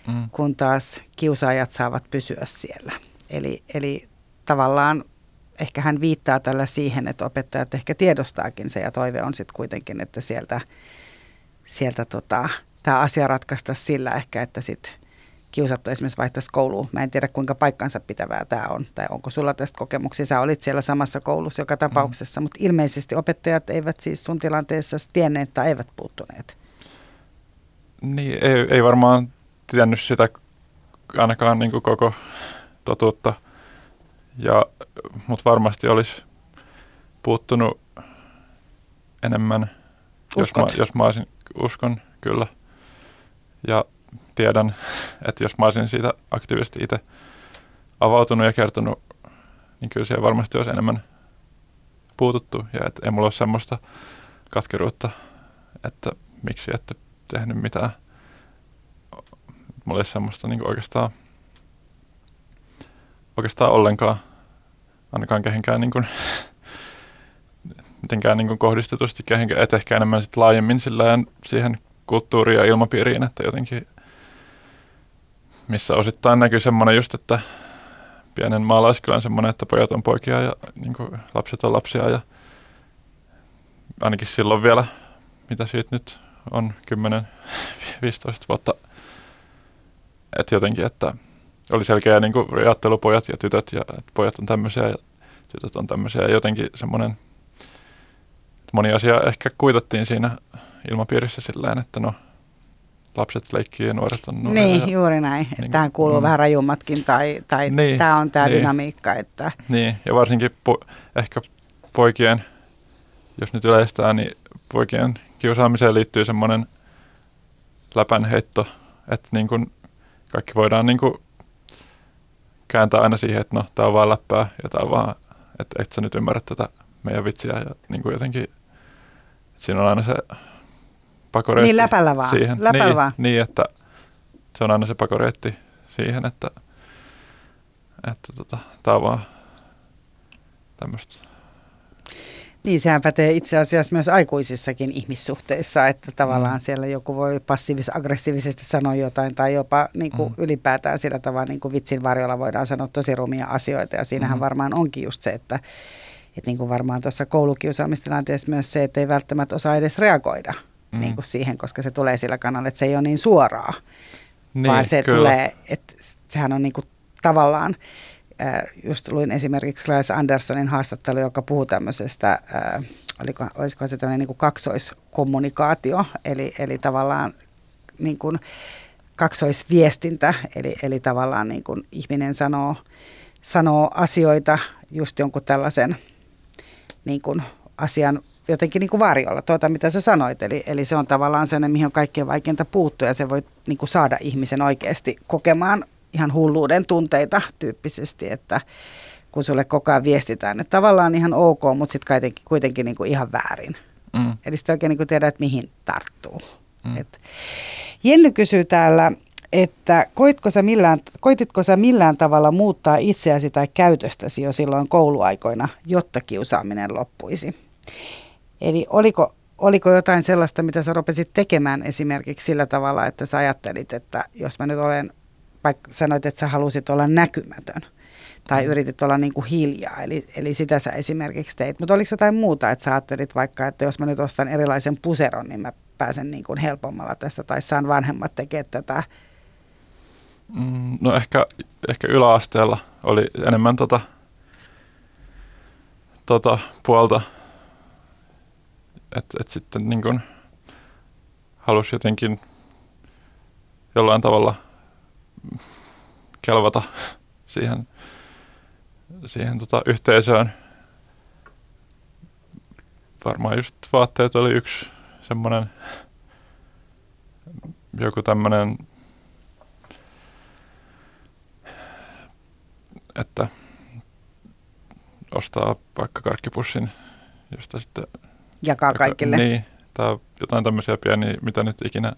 C: mm. kun taas kiusaajat saavat pysyä siellä. Eli, eli tavallaan ehkä hän viittaa tällä siihen, että opettajat ehkä tiedostaakin se ja toive on sitten kuitenkin, että sieltä, sieltä tota, tämä asia ratkaista sillä ehkä, että sitten kiusattu esimerkiksi vaihtaisi kouluun. Mä en tiedä, kuinka paikkansa pitävää tämä on, tai onko sulla tästä kokemuksia. Sä olit siellä samassa koulussa joka tapauksessa, mm. mutta ilmeisesti opettajat eivät siis sun tilanteessa tienneet tai eivät puuttuneet.
D: Niin, ei, ei varmaan tiennyt sitä ainakaan niin kuin koko totuutta, ja, mutta varmasti olisi puuttunut enemmän, jos mä, jos mä olisin, uskon kyllä, ja tiedän, että jos mä olisin siitä aktiivisesti itse avautunut ja kertonut, niin kyllä siihen varmasti olisi enemmän puututtu. Ja että ei mulla ole semmoista katkeruutta, että miksi ette tehnyt mitään. Mulla ei ole semmoista niin kuin oikeastaan, oikeastaan ollenkaan, ainakaan kehenkään niin kuin, mitenkään niin kuin kohdistetusti kehenkään, et ehkä enemmän sit laajemmin silleen siihen kulttuuriin ja ilmapiiriin, että jotenkin missä osittain näkyy semmoinen just, että pienen maalaiskylän semmoinen, että pojat on poikia ja niin kuin lapset on lapsia ja ainakin silloin vielä, mitä siitä nyt on kymmenen viisitoista vuotta, että jotenkin, että oli selkeä niin kuin ajattelu pojat ja tytöt ja että pojat on tämmöisiä ja tytöt on tämmöisiä ja jotenkin semmoinen, että moni asia ehkä kuitattiin siinä ilmapiirissä silleen, että no lapset leikkii ja nuoret on nuoria.
C: Niin,
D: ja,
C: juuri näin.
D: Niin,
C: tähän kuuluu mm. vähän rajummatkin tai, tai
D: niin,
C: tämä on tämä
D: niin,
C: dynamiikka. Että.
D: Niin, ja varsinkin po, ehkä poikien, jos nyt yleistää, niin poikien kiusaamiseen liittyy semmoinen läpänheitto, että niin kuin kaikki voidaan niin kuin kääntää aina siihen, että no, tämä on vaan läppää ja tämä on vaan, että et sä nyt ymmärrät tätä meidän vitsiä ja niin kuin jotenkin, että siinä on aina se pakoreitti
C: niin läpällä vaan.
D: siihen.
C: Läpällä
D: niin,
C: vaan.
D: niin, että se on aina se pakoreitti siihen, että, että tota, tämä on vaan tämmöistä.
C: Niin, sehän pätee itse asiassa myös aikuisissakin ihmissuhteissa, että tavallaan mm. siellä joku voi passiivis-aggressiivisesti sanoa jotain tai jopa niin kuin mm. ylipäätään sillä tavalla niin kuin vitsin varjolla voidaan sanoa tosi rumia asioita ja siinähän mm. varmaan onkin just se, että, että niin kuin varmaan tuossa koulukiusaamistilanteessa myös se, että ei välttämättä osaa edes reagoida mm. niin kuin siihen, koska se tulee sillä kannalla, että se ei ole niin suoraa, niin, vaan se kyllä. tulee, että sehän on niin kuin tavallaan, just luin esimerkiksi Claes Anderssonin haastattelu, joka puhuu tämmöisestä, äh, oliko, olisiko se tämmöinen niin kuin kaksoiskommunikaatio, eli, eli tavallaan niin kuin kaksoisviestintä, eli, eli tavallaan niin kuin ihminen sanoo, sanoo asioita just jonkun tällaisen niin kuin asian jotenkin niin kuin varjolla, tuota mitä sä sanoit, eli, eli se on tavallaan sellainen, mihin on kaikkein vaikeinta puuttua ja se voi niin kuin saada ihmisen oikeasti kokemaan ihan hulluuden tunteita tyyppisesti, että kun sulle koko ajan viestitään, että tavallaan ihan ok, mutta sitten kuitenkin, kuitenkin niin kuin ihan väärin. Mm. Eli sitten oikein niin kuin tiedä, että mihin tarttuu. Mm. Et Jenny kysyy täällä, että koitko sä millään, koititko sä millään tavalla muuttaa itseäsi tai käytöstäsi jo silloin kouluaikoina, jotta kiusaaminen loppuisi? Eli oliko, oliko jotain sellaista, mitä sä rupesit tekemään esimerkiksi sillä tavalla, että sä ajattelit, että jos mä nyt olen vaikka sanoit, että sä halusit olla näkymätön tai yritit olla niin kuin hiljaa, eli, eli sitä sä esimerkiksi teit. Mutta oliko jotain muuta, että sä ajattelit vaikka, että jos mä nyt ostan erilaisen puseron, niin mä pääsen niin kuin helpommalla tästä tai saan vanhemmat tekemään tätä?
D: Mm, no ehkä, ehkä yläasteella oli enemmän tota, tota puolta, että et sitten niin kuin halusi jotenkin jollain tavalla kelvata siihen, siihen tota yhteisöön. Varmaan just vaatteet oli yksi semmoinen, joku tämmöinen, että ostaa vaikka karkkipussin, josta sitten
C: jakaa kaikille.
D: Niin, tai jotain tämmöisiä pieniä, mitä nyt ikinä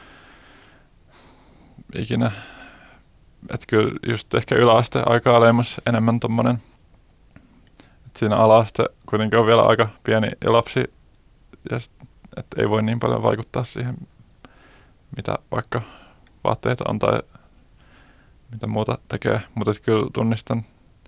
D: ikinä, että kyllä just ehkä yläaste aika alemmas enemmän tommonen, että siinä ala-aste kuitenkin on vielä aika pieni ja lapsi, ja sit, että ei voi niin paljon vaikuttaa siihen, mitä vaikka vaatteita on tai, mitä muuta tekee. Mutta kyllä tunnistan,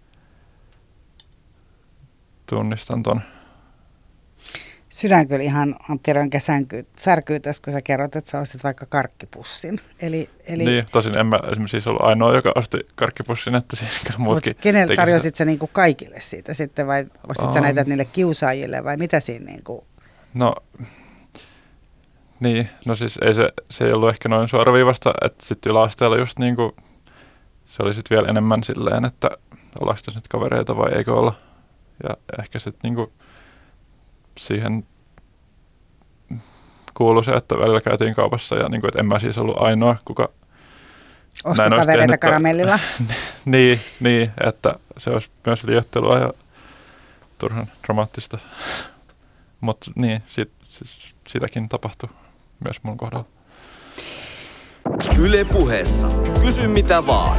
D: tunnistan ton.
C: Sydän kyllä ihan Antti Rönkä särkyy tässä, kun sä kerrot, että sä ostit vaikka karkkipussin. Eli, eli...
D: Niin, tosin en mä esimerkiksi siis ollut ainoa, joka osti karkkipussin, että siis kyllä muutkin.
C: Kenelle tarjosit sä niinku kaikille siitä sitten, vai ostit um, sä näitä niille kiusaajille, vai mitä siinä niinku?
D: No, niin, no siis ei se, se ei ollut ehkä noin suoraviivasta, että sitten yläasteella just niinku, se oli sitten vielä enemmän silleen, että ollaanko tässä nyt kavereita vai eikö olla. Ja ehkä sitten niinku siihen kuului se, että välillä käytiin kaupassa ja niinku, että en mä siis ollut ainoa, kuka
C: osti kavereita karamellilla.
D: niin, niin, että se olisi myös liioittelua ja turhan dramaattista. Mutta niin, sit, siis sitäkin tapahtui myös mun kohdalla.
E: Yle Puheessa. Kysy mitä vaan.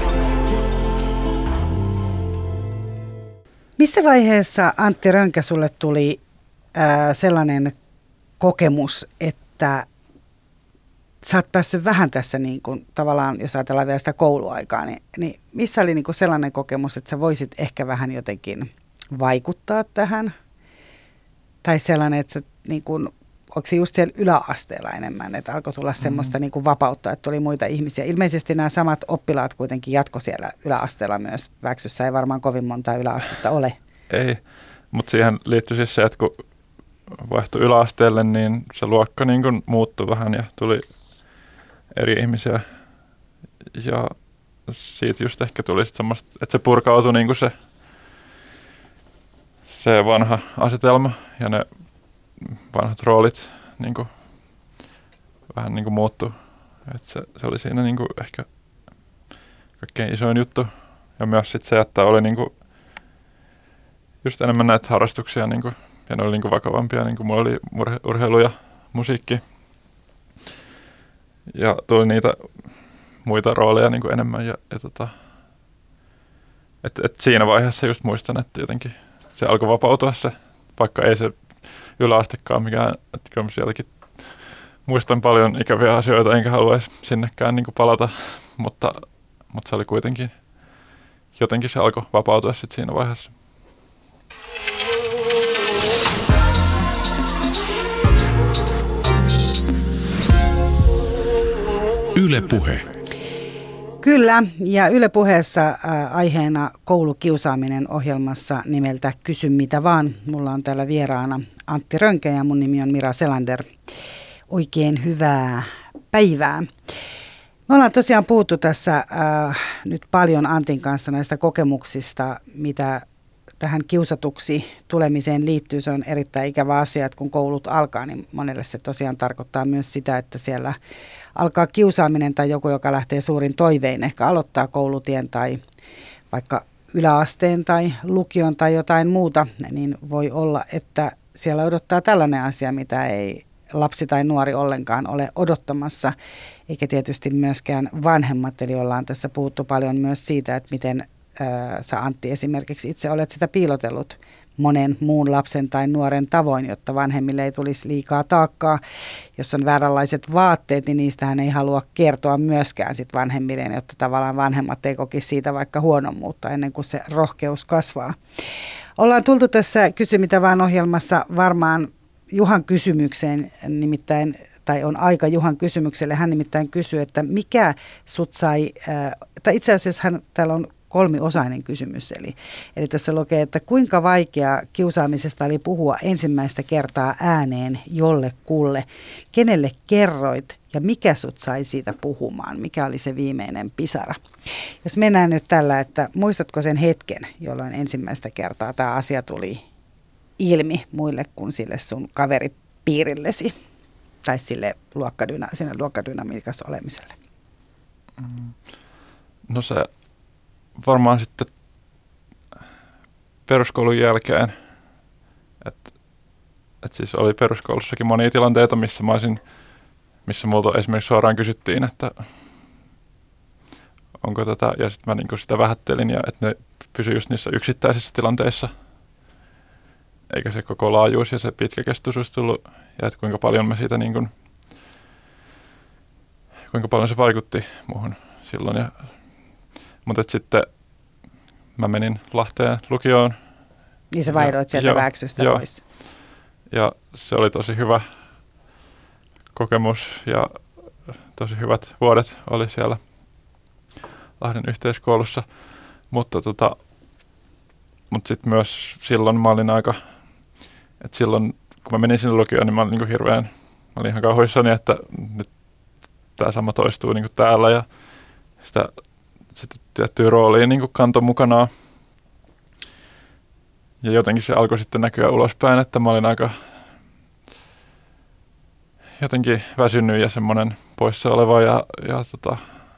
C: Missä vaiheessa, Antti Rönkä, sulle tuli ää, sellainen kokemus, että sä oot päässyt vähän tässä, niin kuin, tavallaan, jos ajatellaan vielä sitä kouluaikaa, niin, niin missä oli niin kuin sellainen kokemus, että sä voisit ehkä vähän jotenkin vaikuttaa tähän? Tai sellainen, että sä, niin kuin, onko se just siellä yläasteella enemmän, että alkoi tulla semmoista mm. niin kuin vapautta, että tuli muita ihmisiä. Ilmeisesti nämä samat oppilaat kuitenkin jatko siellä yläasteella myös. Väksyssä ei varmaan kovin monta yläastetta ole.
D: Ei, mutta siihen liittyy siis se, että kun vaihtui yläasteelle, niin se luokka niin kuin muuttui vähän ja tuli eri ihmisiä. Ja siitä just ehkä tuli sit semmoista, että se purkautui niin kuin se, se vanha asetelma ja ne vanhat roolit niin kuin, vähän niin kuin muuttui. Et se, se oli siinä niin kuin ehkä kaikkein isoin juttu. Ja myös sit se, että oli niin kuin just enemmän näitä harrastuksia niin kuin, ja ne oli niin kuin vakavampia. Niin kuin mulla oli urhe, urheilu ja musiikki. Ja tuli niitä muita rooleja niin kuin enemmän. Ja, ja tota, et, et siinä vaiheessa just muistan, että jotenkin se alkoi vapautua se, vaikka ei se yläastekaan mikään, että kyllä sieltäkin muistan paljon ikäviä asioita, enkä haluaisi sinnekään niin kuin palata, mutta, mutta se oli kuitenkin, jotenkin se alkoi vapautua sitten siinä vaiheessa.
B: Yle Puhe.
C: Kyllä, ja Yle Puheessa äh, aiheena koulukiusaaminen ohjelmassa nimeltä Kysy mitä vaan. Mulla on täällä vieraana Antti Rönkä ja mun nimi on Mira Selander. Oikein hyvää päivää. Me ollaan tosiaan puhuttu tässä äh, nyt paljon Antin kanssa näistä kokemuksista, mitä tähän kiusatuksi tulemiseen liittyy. Se on erittäin ikävä asia, että kun koulut alkaa, niin monelle se tosiaan tarkoittaa myös sitä, että siellä alkaa kiusaaminen tai joku, joka lähtee suurin toivein, ehkä aloittaa koulutien tai vaikka yläasteen tai lukion tai jotain muuta, niin voi olla, että siellä odottaa tällainen asia, mitä ei lapsi tai nuori ollenkaan ole odottamassa, eikä tietysti myöskään vanhemmat. Eli ollaan tässä puhuttu paljon myös siitä, että miten ää, sä Antti esimerkiksi itse olet sitä piilotellut monen muun lapsen tai nuoren tavoin, jotta vanhemmille ei tulisi liikaa taakkaa. Jos on vääränlaiset vaatteet, niin niistähän ei halua kertoa myöskään sit vanhemmille, jotta tavallaan vanhemmat ei kokisi siitä vaikka huonommuutta ennen kuin se rohkeus kasvaa. Ollaan tultu tässä Kysy mitä vaan -ohjelmassa varmaan Juhan kysymykseen, nimittäin, tai on aika Juhan kysymykselle. Hän nimittäin kysyy, että mikä sut sai, äh, tai itse asiassa hän, täällä on kolmiosainen kysymys. Eli, eli tässä lukee, että kuinka vaikea kiusaamisesta oli puhua ensimmäistä kertaa ääneen jollekulle. Kenelle kerroit ja mikä sut sai siitä puhumaan? Mikä oli se viimeinen pisara? Jos mennään nyt tällä, että muistatko sen hetken, jolloin ensimmäistä kertaa tämä asia tuli ilmi muille kuin sille sun kaveripiirillesi tai sille luokkadyna, sinne luokkadynamiikassa olemiselle?
D: No se varmaan sitten peruskoulun jälkeen, että et siis oli peruskoulussakin monia tilanteita, missä mä olisin, missä multa esimerkiksi suoraan kysyttiin, että onko tätä, ja sitten mä niinku sitä vähättelin, ja että ne pysyi just niissä yksittäisissä tilanteissa, eikä se koko laajuus ja se pitkäkestoisuus tullut, ja että kuinka paljon mä siitä niinku, kuinka paljon se vaikutti muuhun silloin, ja Mutta sitten mä menin Lahteen lukioon.
C: Niin sä vaihdoit sieltä
D: joo,
C: Vääksystä
D: joo.
C: pois.
D: Ja se oli tosi hyvä kokemus ja tosi hyvät vuodet oli siellä Lahden yhteiskoulussa. Mutta tota, mut sitten myös silloin mä olin aika, että silloin kun mä menin sinne lukioon, niin mä olin niinku hirveän, mä olin ihan kauhuissani, että nyt tää sama toistuu niinku täällä ja sitä, sitä tiettyä roolia niinku kantoi mukanaan. Ja jotenkin se alkoi sitten näkyä ulospäin, että mä olin aika jotenkin väsynyt ja semmoinen poissa oleva ja, ja tota,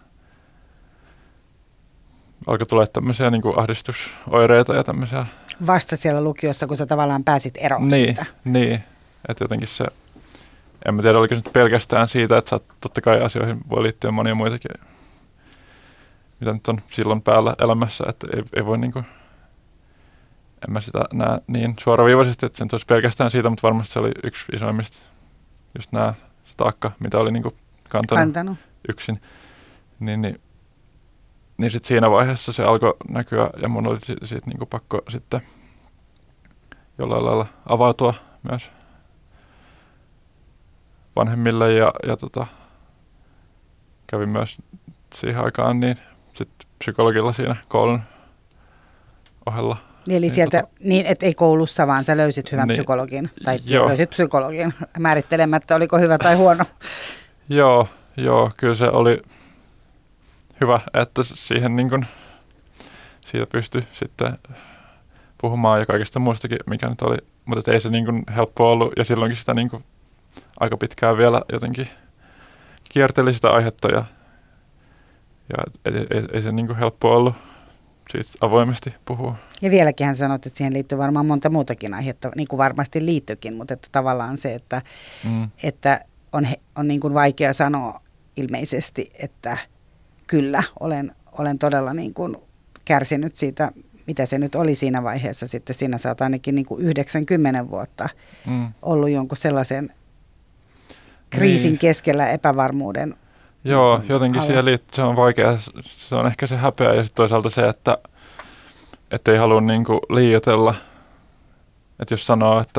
D: alkoi tulla tämmöisiä niin kuin ahdistusoireita ja tämmöisiä.
C: Vasta siellä lukiossa, kun sä tavallaan pääsit eroon
D: niin,
C: siitä.
D: Niin, että jotenkin se, en mä tiedä oliko se nyt pelkästään siitä, että sä, totta kai asioihin voi liittyä monia muitakin, mitä nyt on silloin päällä elämässä, että ei, ei voi niinku, en mä sitä näe niin suoraviivaisesti, että se olisi pelkästään siitä, mutta varmasti se oli yksi isoimmista, just nämä se taakka, mitä oli niinku kantanut,
C: Kantanut.
D: yksin. Niin, niin, niin sitten siinä vaiheessa se alkoi näkyä ja mun oli siitä, siitä niinku pakko sitten jollain lailla avautua myös vanhemmille ja, ja tota, kävin myös siihen aikaan niin sitten psykologilla siinä koulun ohella.
C: Eli
D: niin
C: sieltä,
D: tota,
C: niin et ei koulussa, vaan sä löysit hyvän
D: niin,
C: psykologin, tai
D: joo.
C: löysit psykologin määrittelemättä, oliko hyvä tai huono.
D: Joo, joo, kyllä se oli hyvä, että siihen niin kun, siitä pystyi sitten puhumaan ja kaikesta muustakin, mikä nyt oli, mutta ei se niin kun helppo ollut ja silloinkin sitä niin kun aika pitkään vielä jotenkin kierteli sitä aihetta ja, ja ei, ei, ei se niin kun helppo ollut siitä avoimesti puhua.
C: Ja vieläkin hän sanoi, että siihen liittyy varmaan monta muutakin aihetta, niin kuin varmasti liittyykin, mutta että tavallaan se, että, mm. että on, on niin kuin vaikea sanoa ilmeisesti, että kyllä, olen, olen todella niin kuin kärsinyt siitä, mitä se nyt oli siinä vaiheessa. Sitten siinä sä oot ainakin niin kuin yhdeksänkymmentä vuotta mm. ollut jonkun sellaisen kriisin niin. keskellä epävarmuuden.
D: Joo, jotenkin alla. Siihen liittyy, se on vaikea, se on ehkä se häpeä ja sitten toisaalta se, että, että ei halua niinku liioitella. Että jos sanoo, että,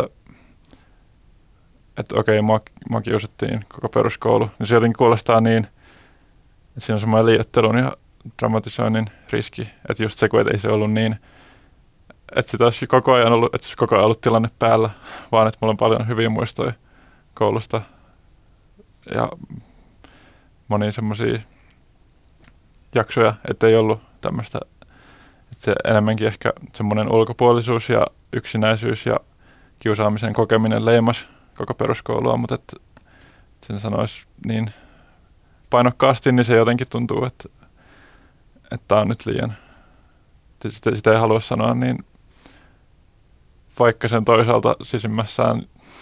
D: että okei, mua, mua kiusattiin koko peruskoulu, niin se jotenkin kuulostaa niin, että siinä on semmoinen liioittelun ja dramatisoinnin riski. Että just se, kun ei se ollut niin, että sitä olisi koko ajan ollut, että se olisi koko ajan ollut tilanne päällä, vaan että mulla on paljon hyviä muistoja koulusta ja monia semmoisia jaksoja, ettei ollut tämmöistä, että se enemmänkin ehkä semmoinen ulkopuolisuus ja yksinäisyys ja kiusaamisen kokeminen leimas koko peruskoulua, mutta että sen sanoisi niin painokkaasti, niin se jotenkin tuntuu, että tämä on nyt liian, sitä, sitä ei halua sanoa, niin vaikka sen toisaalta sisimmässään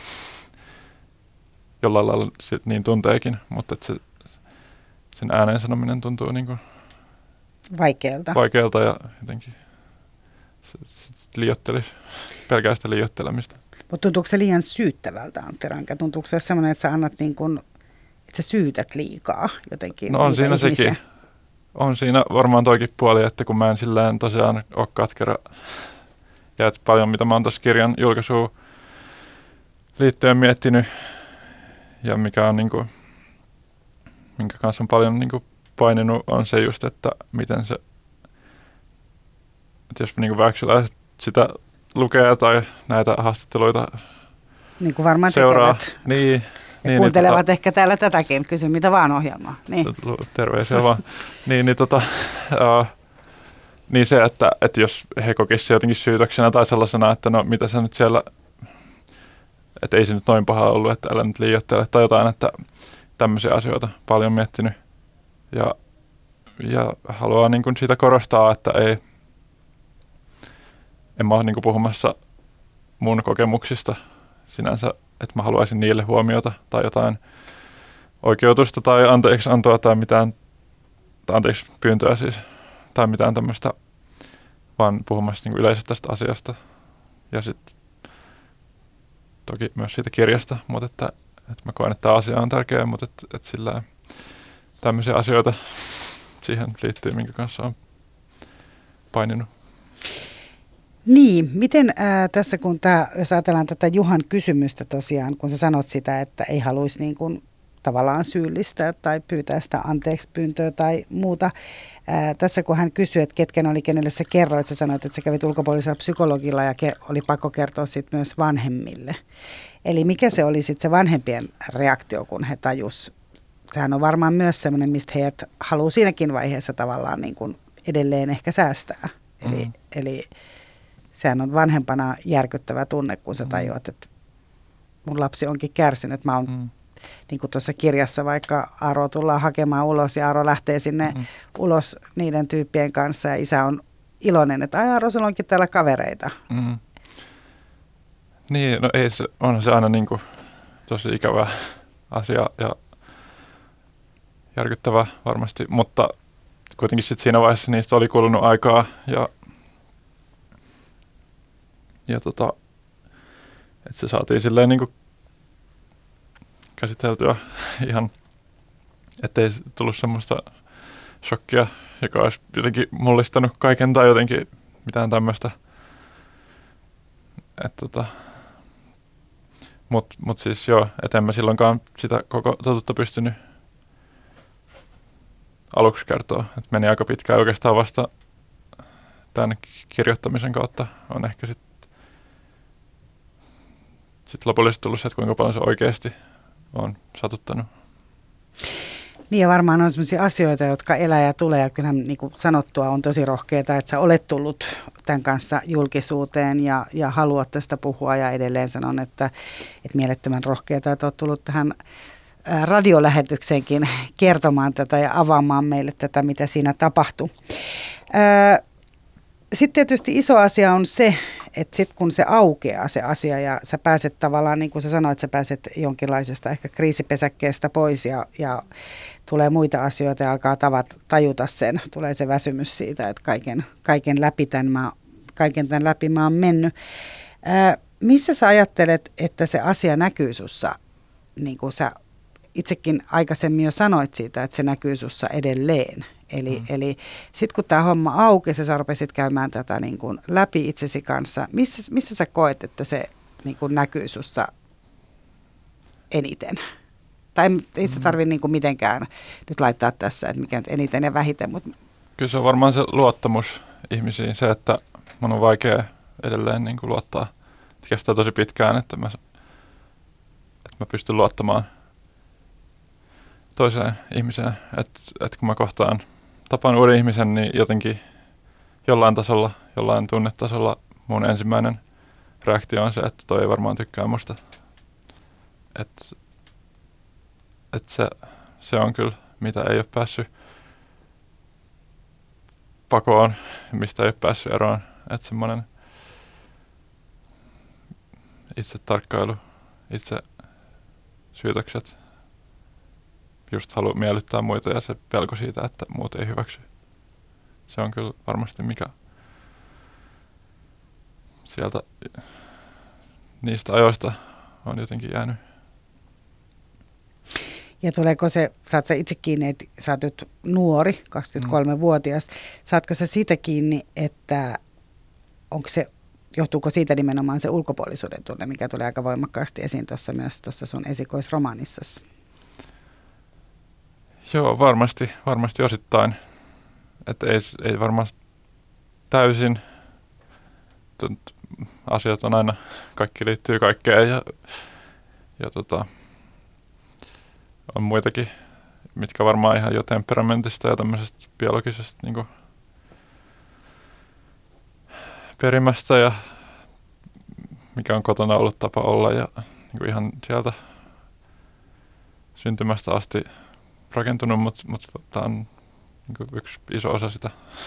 D: jollain lailla niin tunteekin, mutta että se sen ääneen sanominen tuntuu niin kuin
C: vaikealta.
D: vaikealta ja jotenkin se, se liioittelisi, pelkää sitä liioittelemista.
C: Mutta tuntuuko se liian syyttävältä, Antti Ranka? Tuntuuko se sellainen, että sä annat niin kuin, että sä syytät liikaa jotenkin?
D: No on siinä ihmisiä? Sekin. On siinä varmaan toikin puoli, että kun mä en silleen tosiaan ole katkera ja että paljon mitä mä oon tuossa kirjan julkaisuun liittyen miettinyt ja mikä on niin kuin minkä kanssa on paljon niin kuin paininut, on se just, että miten se, että jos niin vääksyläiset sitä lukee tai näitä haastatteluita
C: niin kuin varmaan
D: seuraa.
C: Tekevät.
D: Niin,
C: ja
D: niin,
C: kuuntelevat
D: niin, tota,
C: ehkä täällä tätäkin, kysy mitä vaan ohjelmaa. Niin.
D: Terveisiä vaan. niin, niin, tota, uh, niin se, että, että jos he kokisivat jotenkin syytöksenä tai sellaisena, että no mitä sä nyt siellä, että ei se nyt noin paha ollut, että älä nyt liioittele tai jotain, että tämmöisiä asioita paljon miettinyt ja, ja haluaa niin kuin siitä korostaa, että ei, en mä ole niin kuin puhumassa mun kokemuksista sinänsä, että mä haluaisin niille huomiota tai jotain oikeutusta tai anteeksi antoa tai mitään, tai anteeksi pyyntöä siis, tai mitään tämmöistä, vaan puhumassa niin kuin yleisesti tästä asiasta ja sitten toki myös siitä kirjasta, mutta että että mä koen, että tämä asia on tärkeä, mutta että, että sillä tämmöisiä asioita siihen liittyy, minkä kanssa on paininut.
C: Niin, miten ää, tässä kun tää, jos ajatellaan tätä Juhan kysymystä tosiaan, kun sä sanot sitä, että ei haluaisi niin kuin tavallaan syyllistää tai pyytää sitä anteeksi pyyntöä tai muuta. Ää, tässä kun hän kysyi, että ketkä oli, kenelle sä kerroit, sä sanoit, että sä kävit ulkopuolisella psykologilla ja ke- oli pakko kertoa sit myös vanhemmille. Eli mikä se oli sitten se vanhempien reaktio, kun he tajus? Sehän on varmaan myös semmoinen, mistä heidät haluaa siinäkin vaiheessa tavallaan niin kuin edelleen ehkä säästää. Eli, mm. eli sehän on vanhempana järkyttävä tunne, kun sä tajuat, että mun lapsi onkin kärsinyt. Mä oon, mm. niin kuin tuossa kirjassa, vaikka Aaro tullaan hakemaan ulos ja Aaro lähtee sinne mm. ulos niiden tyyppien kanssa ja isä on iloinen, että ai Aaro, sulla onkin täällä kavereita.
D: Mm. Niin, no ei se, on se aina niin kuin tosi ikävä asia ja järkyttävä varmasti, mutta kuitenkin sit siinä vaiheessa niistä oli kulunut aikaa ja, ja tota, että se saatiin silleen niin kuin käsiteltyä ihan, ettei tullut semmoista shokkia, joka olisi jotenkin mullistanut kaiken tai jotenkin mitään tämmöistä. Tota, Mutta mut siis joo, et en mä silloinkaan sitä koko totuutta pystynyt aluksi kertoa. Et meni aika pitkään oikeastaan vasta tämän kirjoittamisen kautta. On ehkä sitten sit lopullisesti tullut se, että kuinka paljon se oikeasti on satuttanut.
C: Niin ja varmaan on sellaisia asioita, jotka elää ja tulee. Ja kyllähän niin kuin sanottua on tosi rohkeaa, että sä olet tullut tämän kanssa julkisuuteen ja, ja haluat tästä puhua. Ja edelleen sanon, että, että mielettömän rohkeaa, että olet tullut tähän radiolähetykseenkin kertomaan tätä ja avaamaan meille tätä, mitä siinä tapahtui. Sitten tietysti iso asia on se, että sitten kun se aukeaa se asia ja sä pääset tavallaan, niin kuin sä sanoit, sä pääset jonkinlaisesta ehkä kriisipesäkkeestä pois ja, ja tulee muita asioita ja alkaa tavat, tajuta sen. Tulee se väsymys siitä, että kaiken, kaiken, läpi, tämän mä, kaiken tämän läpi mä oon mennyt. Ää, missä sä ajattelet, että se asia näkyy sussa, niin kuin sä itsekin aikaisemmin jo sanoit siitä, että se näkyy sussa edelleen. Eli, mm. eli sitten kun tämä homma aukesi, sä rupesit käymään tätä niin kuin läpi itsesi kanssa. Missä, missä sä koet, että se niin kuin näkyy sussa eniten? Tai ei sitä tarvitse niin kuin mitenkään nyt laittaa tässä, että mikä nyt eniten ja vähiten. Mutta
D: kyllä se on varmaan se luottamus ihmisiin. Se, että mun on vaikea edelleen niin kuin luottaa. Se kestää tosi pitkään, että mä, että mä pystyn luottamaan toiseen ihmiseen. Että et kun mä kohtaan tapaan uuden ihmisen, niin jotenkin jollain tasolla, jollain tunnetasolla mun ensimmäinen reaktio on se, että toi ei varmaan tykkää musta. Että et se, se on kyllä, mitä ei ole päässyt pakoon, mistä ei ole päässyt eroon. Että semmoinen itse tarkkailu, itse syytökset, just haluaa miellyttää muita ja se pelko siitä, että muut ei hyväksy. Se on kyllä varmasti mikä sieltä niistä ajoista on jotenkin jäänyt.
C: ja tuleeko se, saat sä itse kiinni, että sä oot nyt nuori, kaksikymmentäkolmevuotias, saatko sä siitä kiinni, että onko se, johtuuko siitä nimenomaan se ulkopuolisuuden tunne, mikä tulee aika voimakkaasti esiin tuossa myös tuossa sun esikoisromaanissasi?
D: Joo, varmasti, varmasti osittain. Että ei, ei varmasti täysin. Tunt, asiat on aina, kaikki liittyy kaikkeen ja, ja tota, on muitakin, mitkä varmaan ihan jo temperamentista ja tämmöisestä biologisesta niin kuin perimästä ja mikä on kotona ollut tapa olla ja niin kuin ihan sieltä syntymästä asti rakentunut, mutta mut, tämä on niin kuin yksi iso osa sitä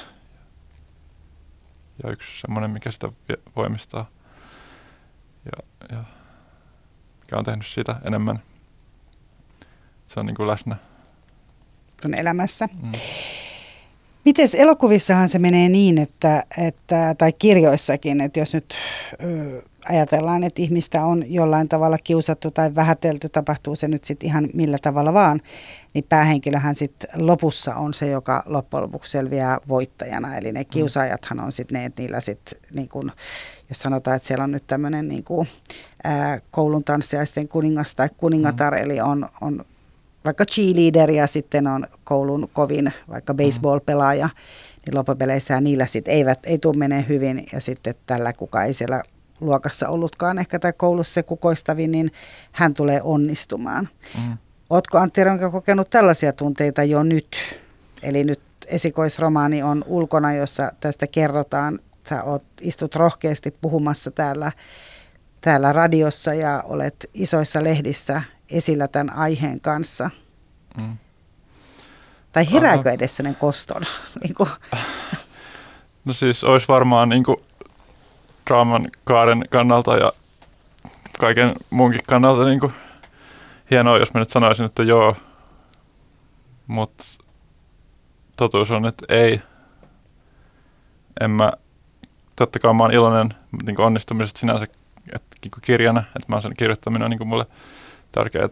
D: ja yksi semmoinen, mikä sitä voimistaa ja, ja mikä on tehnyt sitä enemmän. Se on niin kuin läsnä
C: sun elämässä.
D: Mm.
C: Mites elokuvissahan se menee niin, että, että tai kirjoissakin, että jos nyt ö, ajatellaan, että ihmistä on jollain tavalla kiusattu tai vähätelty, tapahtuu se nyt sitten ihan millä tavalla vaan, niin päähenkilöhän sitten lopussa on se, joka loppujen lopuksi selviää voittajana. Eli ne kiusaajathan on sitten ne, että niillä sitten, niin kun, jos sanotaan, että siellä on nyt tämmöinen niin kuin, ää, koulun tanssiaisten kuningas tai kuningatar, mm. eli on, on vaikka cheerleader ja sitten on koulun kovin vaikka baseball-pelaaja, niin loppupeleissä niillä sitten eivät, ei tule menee hyvin ja sitten tällä kuka ei siellä luokassa ollutkaan ehkä tai koulussa se kukoistavin, niin hän tulee onnistumaan. Mm. Ootko Antti Rönkä kokenut tällaisia tunteita jo nyt? Eli nyt esikoisromaani on ulkona, jossa tästä kerrotaan. Sä oot, istut rohkeasti puhumassa täällä, täällä radiossa ja olet isoissa lehdissä esillä tämän aiheen kanssa. Mm. Tai herääkö edes sellainen koston? niin kuin.
D: No siis olisi varmaan niin kuin draaman kaaren kannalta ja kaiken muunkin kannalta niin kuin hienoa, jos mä nyt sanoisin, että joo, mutta totuus on, että ei. En mä, totta kai mä oon iloinen niin kuin onnistumisesta sinänsä että, niin kuin kirjana, että mä oon sen kirjoittaminen on niin kuin mulle tärkeä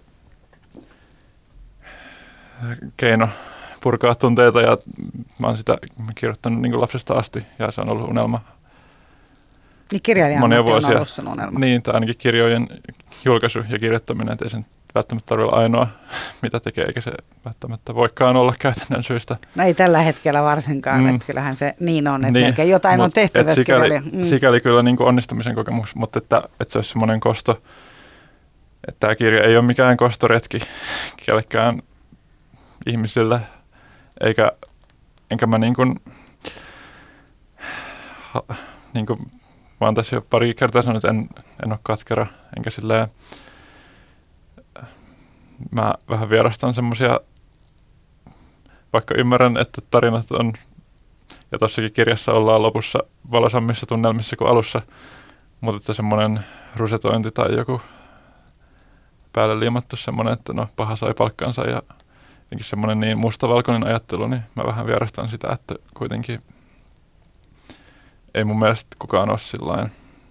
D: keino purkaa tunteita ja mä oon sitä kirjoittanut niin kuin lapsesta asti ja se on ollut unelma.
C: Niin kirjailijan
D: monia vuosia.
C: On ollut sun unelma.
D: Niin, tai ainakin kirjojen julkaisu ja kirjoittaminen, että ei sen välttämättä tarvitse olla ainoa, mitä tekee, eikä se välttämättä voikaan olla käytännön syistä.
C: No ei tällä hetkellä varsinkaan, mm. että kyllähän se niin on, että niin, melkein jotain
D: mut,
C: on tehty tässä
D: sikäli, mm. sikäli kyllä niin kuin onnistumisen kokemus, mutta että, että se olisi semmoinen kosto, että tämä kirja ei ole mikään kostoretki kellekään ihmisille, eikä enkä mä niin kuin, niin kuin mä oon tässä jo pari kertaa sanonut, että en, en ole katkera, enkä silleen, mä vähän vierastan semmoisia, vaikka ymmärrän, että tarinat on, ja tossakin kirjassa ollaan lopussa valosammissa tunnelmissa kuin alussa, mutta että semmoinen rusetointi tai joku päälle liimattu semmoinen, että no paha sai palkkansa ja jotenkin semmoinen niin mustavalkoinen ajattelu, niin mä vähän vierastan sitä, että kuitenkin ei mun mielestä kukaan ole sillain,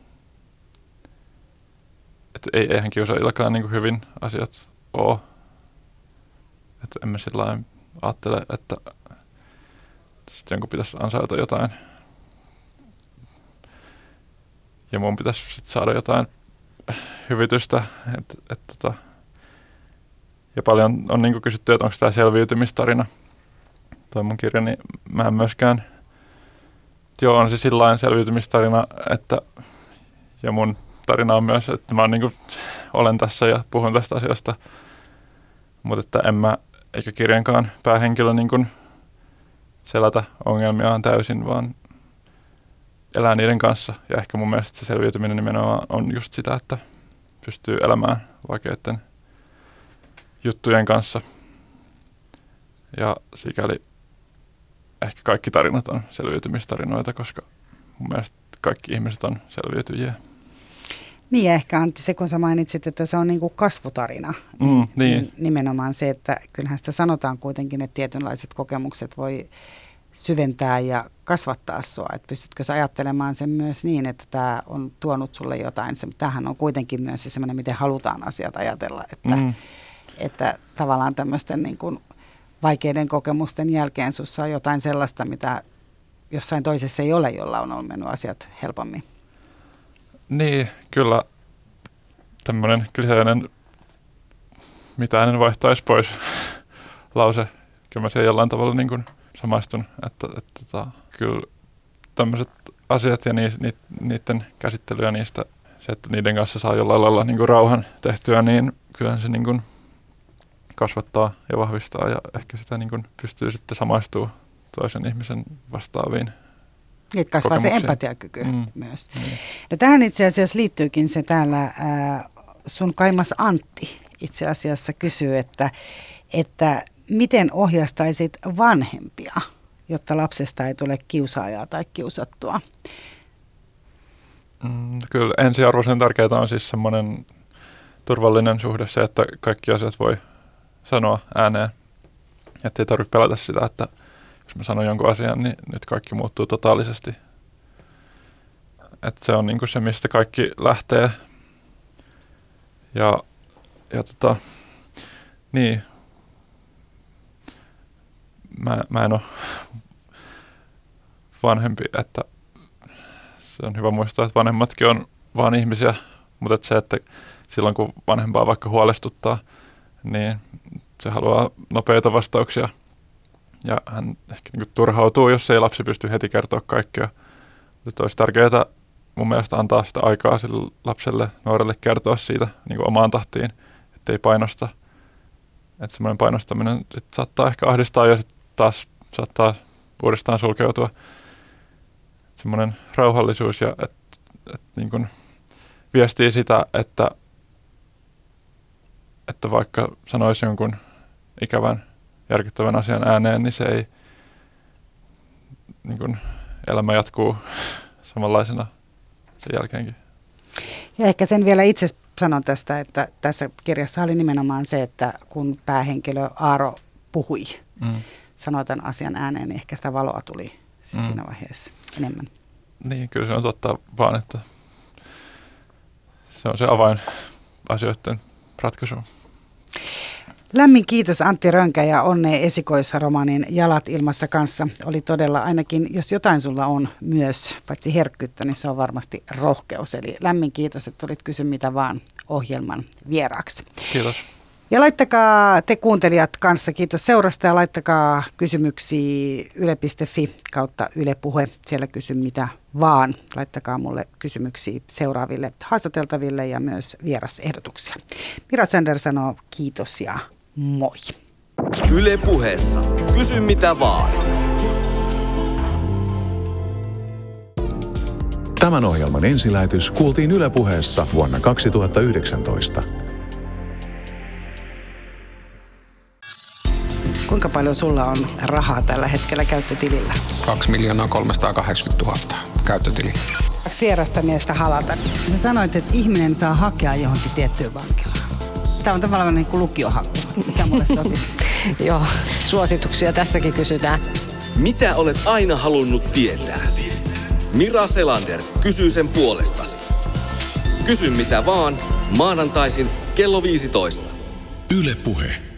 D: että ei, eihän kiusaillakaan niin kuin hyvin asiat ole. Että en mä sillain ajattele, että sitten jonkun pitäisi ansaita jotain. Ja mun pitäisi sit saada jotain hyvitystä. Et, et, tota. Ja paljon on niin kuin kysytty, että onko tämä selviytymistarina. Toi mun kirja, niin mä en myöskään. Joo, on se sillain selviytymistarina, että ja mun tarina on myös, että mä niin olen tässä ja puhun tästä asiasta, mutta että en mä, eikä kirjankaan päähenkilö niin kuin selätä ongelmiaan täysin, vaan elää niiden kanssa. Ja ehkä mun mielestä se selviytyminen nimenomaan on just sitä, että pystyy elämään vaikeiden juttujen kanssa. Ja sikäli ehkä kaikki tarinat on selviytymistarinoita, koska mun mielestä kaikki ihmiset on selviytyjiä.
C: Niin ehkä Antti, se kun sä mainitsit, että se on niin kuin kasvutarina,
D: mm, niin.
C: nimenomaan se, että kyllähän sitä sanotaan kuitenkin, että tietynlaiset kokemukset voi syventää ja kasvattaa sua. Että pystytkö sä ajattelemaan sen myös niin, että tämä on tuonut sulle jotain. Se, tämähän on kuitenkin myös se semmoinen, miten halutaan asiat ajatella, että, mm. että tavallaan tämmöisten niin kuin vaikeiden kokemusten jälkeen sussa on jotain sellaista, mitä jossain toisessa ei ole, jolla on mennyt asiat helpommin.
D: Niin, kyllä tämmöinen kliseinen, mitä en vaihtaisi pois lause. Kyllä mä siihen jollain tavalla niin kuin samaistun, että, että, että kyllä tämmöiset asiat ja niis, ni, niiden käsittely ja niistä, se, että niiden kanssa saa jollain lailla niin kuin rauhan tehtyä, niin kyllä se niin kuin kasvattaa ja vahvistaa ja ehkä sitä niin kuin pystyy sitten samaistumaan toisen ihmisen vastaaviin.
C: Niin, kasvaa se empatiakyky mm. myös. Mm. No tähän itse asiassa liittyykin se täällä, ää, sun kaimas Antti itse asiassa kysyy, että, että miten ohjastaisit vanhempia, jotta lapsesta ei tule kiusaajaa tai kiusattua?
D: Mm, kyllä ensiarvoisen tärkeää on siis semmoinen turvallinen suhde, se, että kaikki asiat voi sanoa ääneen, että ei tarvitse pelätä sitä, että jos mä sanon jonkun asian, niin nyt kaikki muuttuu totaalisesti. Että se on niinku se, mistä kaikki lähtee. Ja, ja tota, niin, mä, mä en ole vanhempi, että se on hyvä muistaa, että vanhemmatkin on vaan ihmisiä, mutta että se, että silloin kun vanhempaa vaikka huolestuttaa, niin se haluaa nopeita vastauksia ja hän ehkä niin kuin turhautuu, jos ei lapsi pysty heti kertoa kaikkea. Mutta olisi tärkeää mun mielestä antaa sitä aikaa sille lapselle, nuorelle kertoa siitä niin kuin omaan tahtiin, ettei painosta. Että semmoinen painostaminen sit saattaa ehkä ahdistaa ja sitten taas saattaa uudestaan sulkeutua. Semmoinen rauhallisuus ja että et niin kuin viestii sitä, että, että vaikka sanoisi jonkun ikävän, järkyttävän asian ääneen, niin se ei, niin kuin elämä jatkuu samanlaisena sen jälkeenkin.
C: Ja ehkä sen vielä itse sanon tästä, että tässä kirjassa oli nimenomaan se, että kun päähenkilö Aaro puhui, mm. sanoi tämän asian ääneen, niin ehkä sitä valoa tuli sit mm. siinä vaiheessa enemmän.
D: Niin, kyllä se on totta vaan, että se on se avain asioiden ratkaisuun.
C: Lämmin kiitos Antti Rönkä ja onnea esikoisromaanin Jalat ilmassa kanssa. Oli todella ainakin, jos jotain sulla on myös, paitsi herkkyyttä, niin se on varmasti rohkeus. Eli lämmin kiitos, että tulit Kysy mitä vaan -ohjelman vieraaksi.
D: Kiitos.
C: Ja laittakaa te kuuntelijat kanssa, kiitos seurasta ja laittakaa kysymyksiä yle piste fi kautta Yle Puhe. Siellä kysy mitä vaan. Laittakaa mulle kysymyksiä seuraaville haastateltaville ja myös vierasehdotuksia. Mira Sander sanoo kiitos ja moi.
E: Yle Puheessa. Kysy mitä vaan.
B: Tämän ohjelman ensilähetys kuultiin Yle Puheessa vuonna kaksituhattayhdeksäntoista.
C: Kuinka paljon sulla on rahaa tällä hetkellä käyttötilillä?
A: kaksi miljoonaa kolmesataakahdeksankymmentätuhatta käyttötilillä.
C: Kaksi vierasta miestä halata. Sä sanoit, että ihminen saa hakea johonkin tiettyyn vankilaan. Tämä on tavallaan niin kuin lukiohaku. Mikä mulle sopii?
F: Joo, suosituksia tässäkin kysytään.
E: Mitä olet aina halunnut tietää? Mira Selander kysyy sen puolestasi. Kysy mitä vaan, maanantaisin kello viisitoista.
G: Yle Puhe.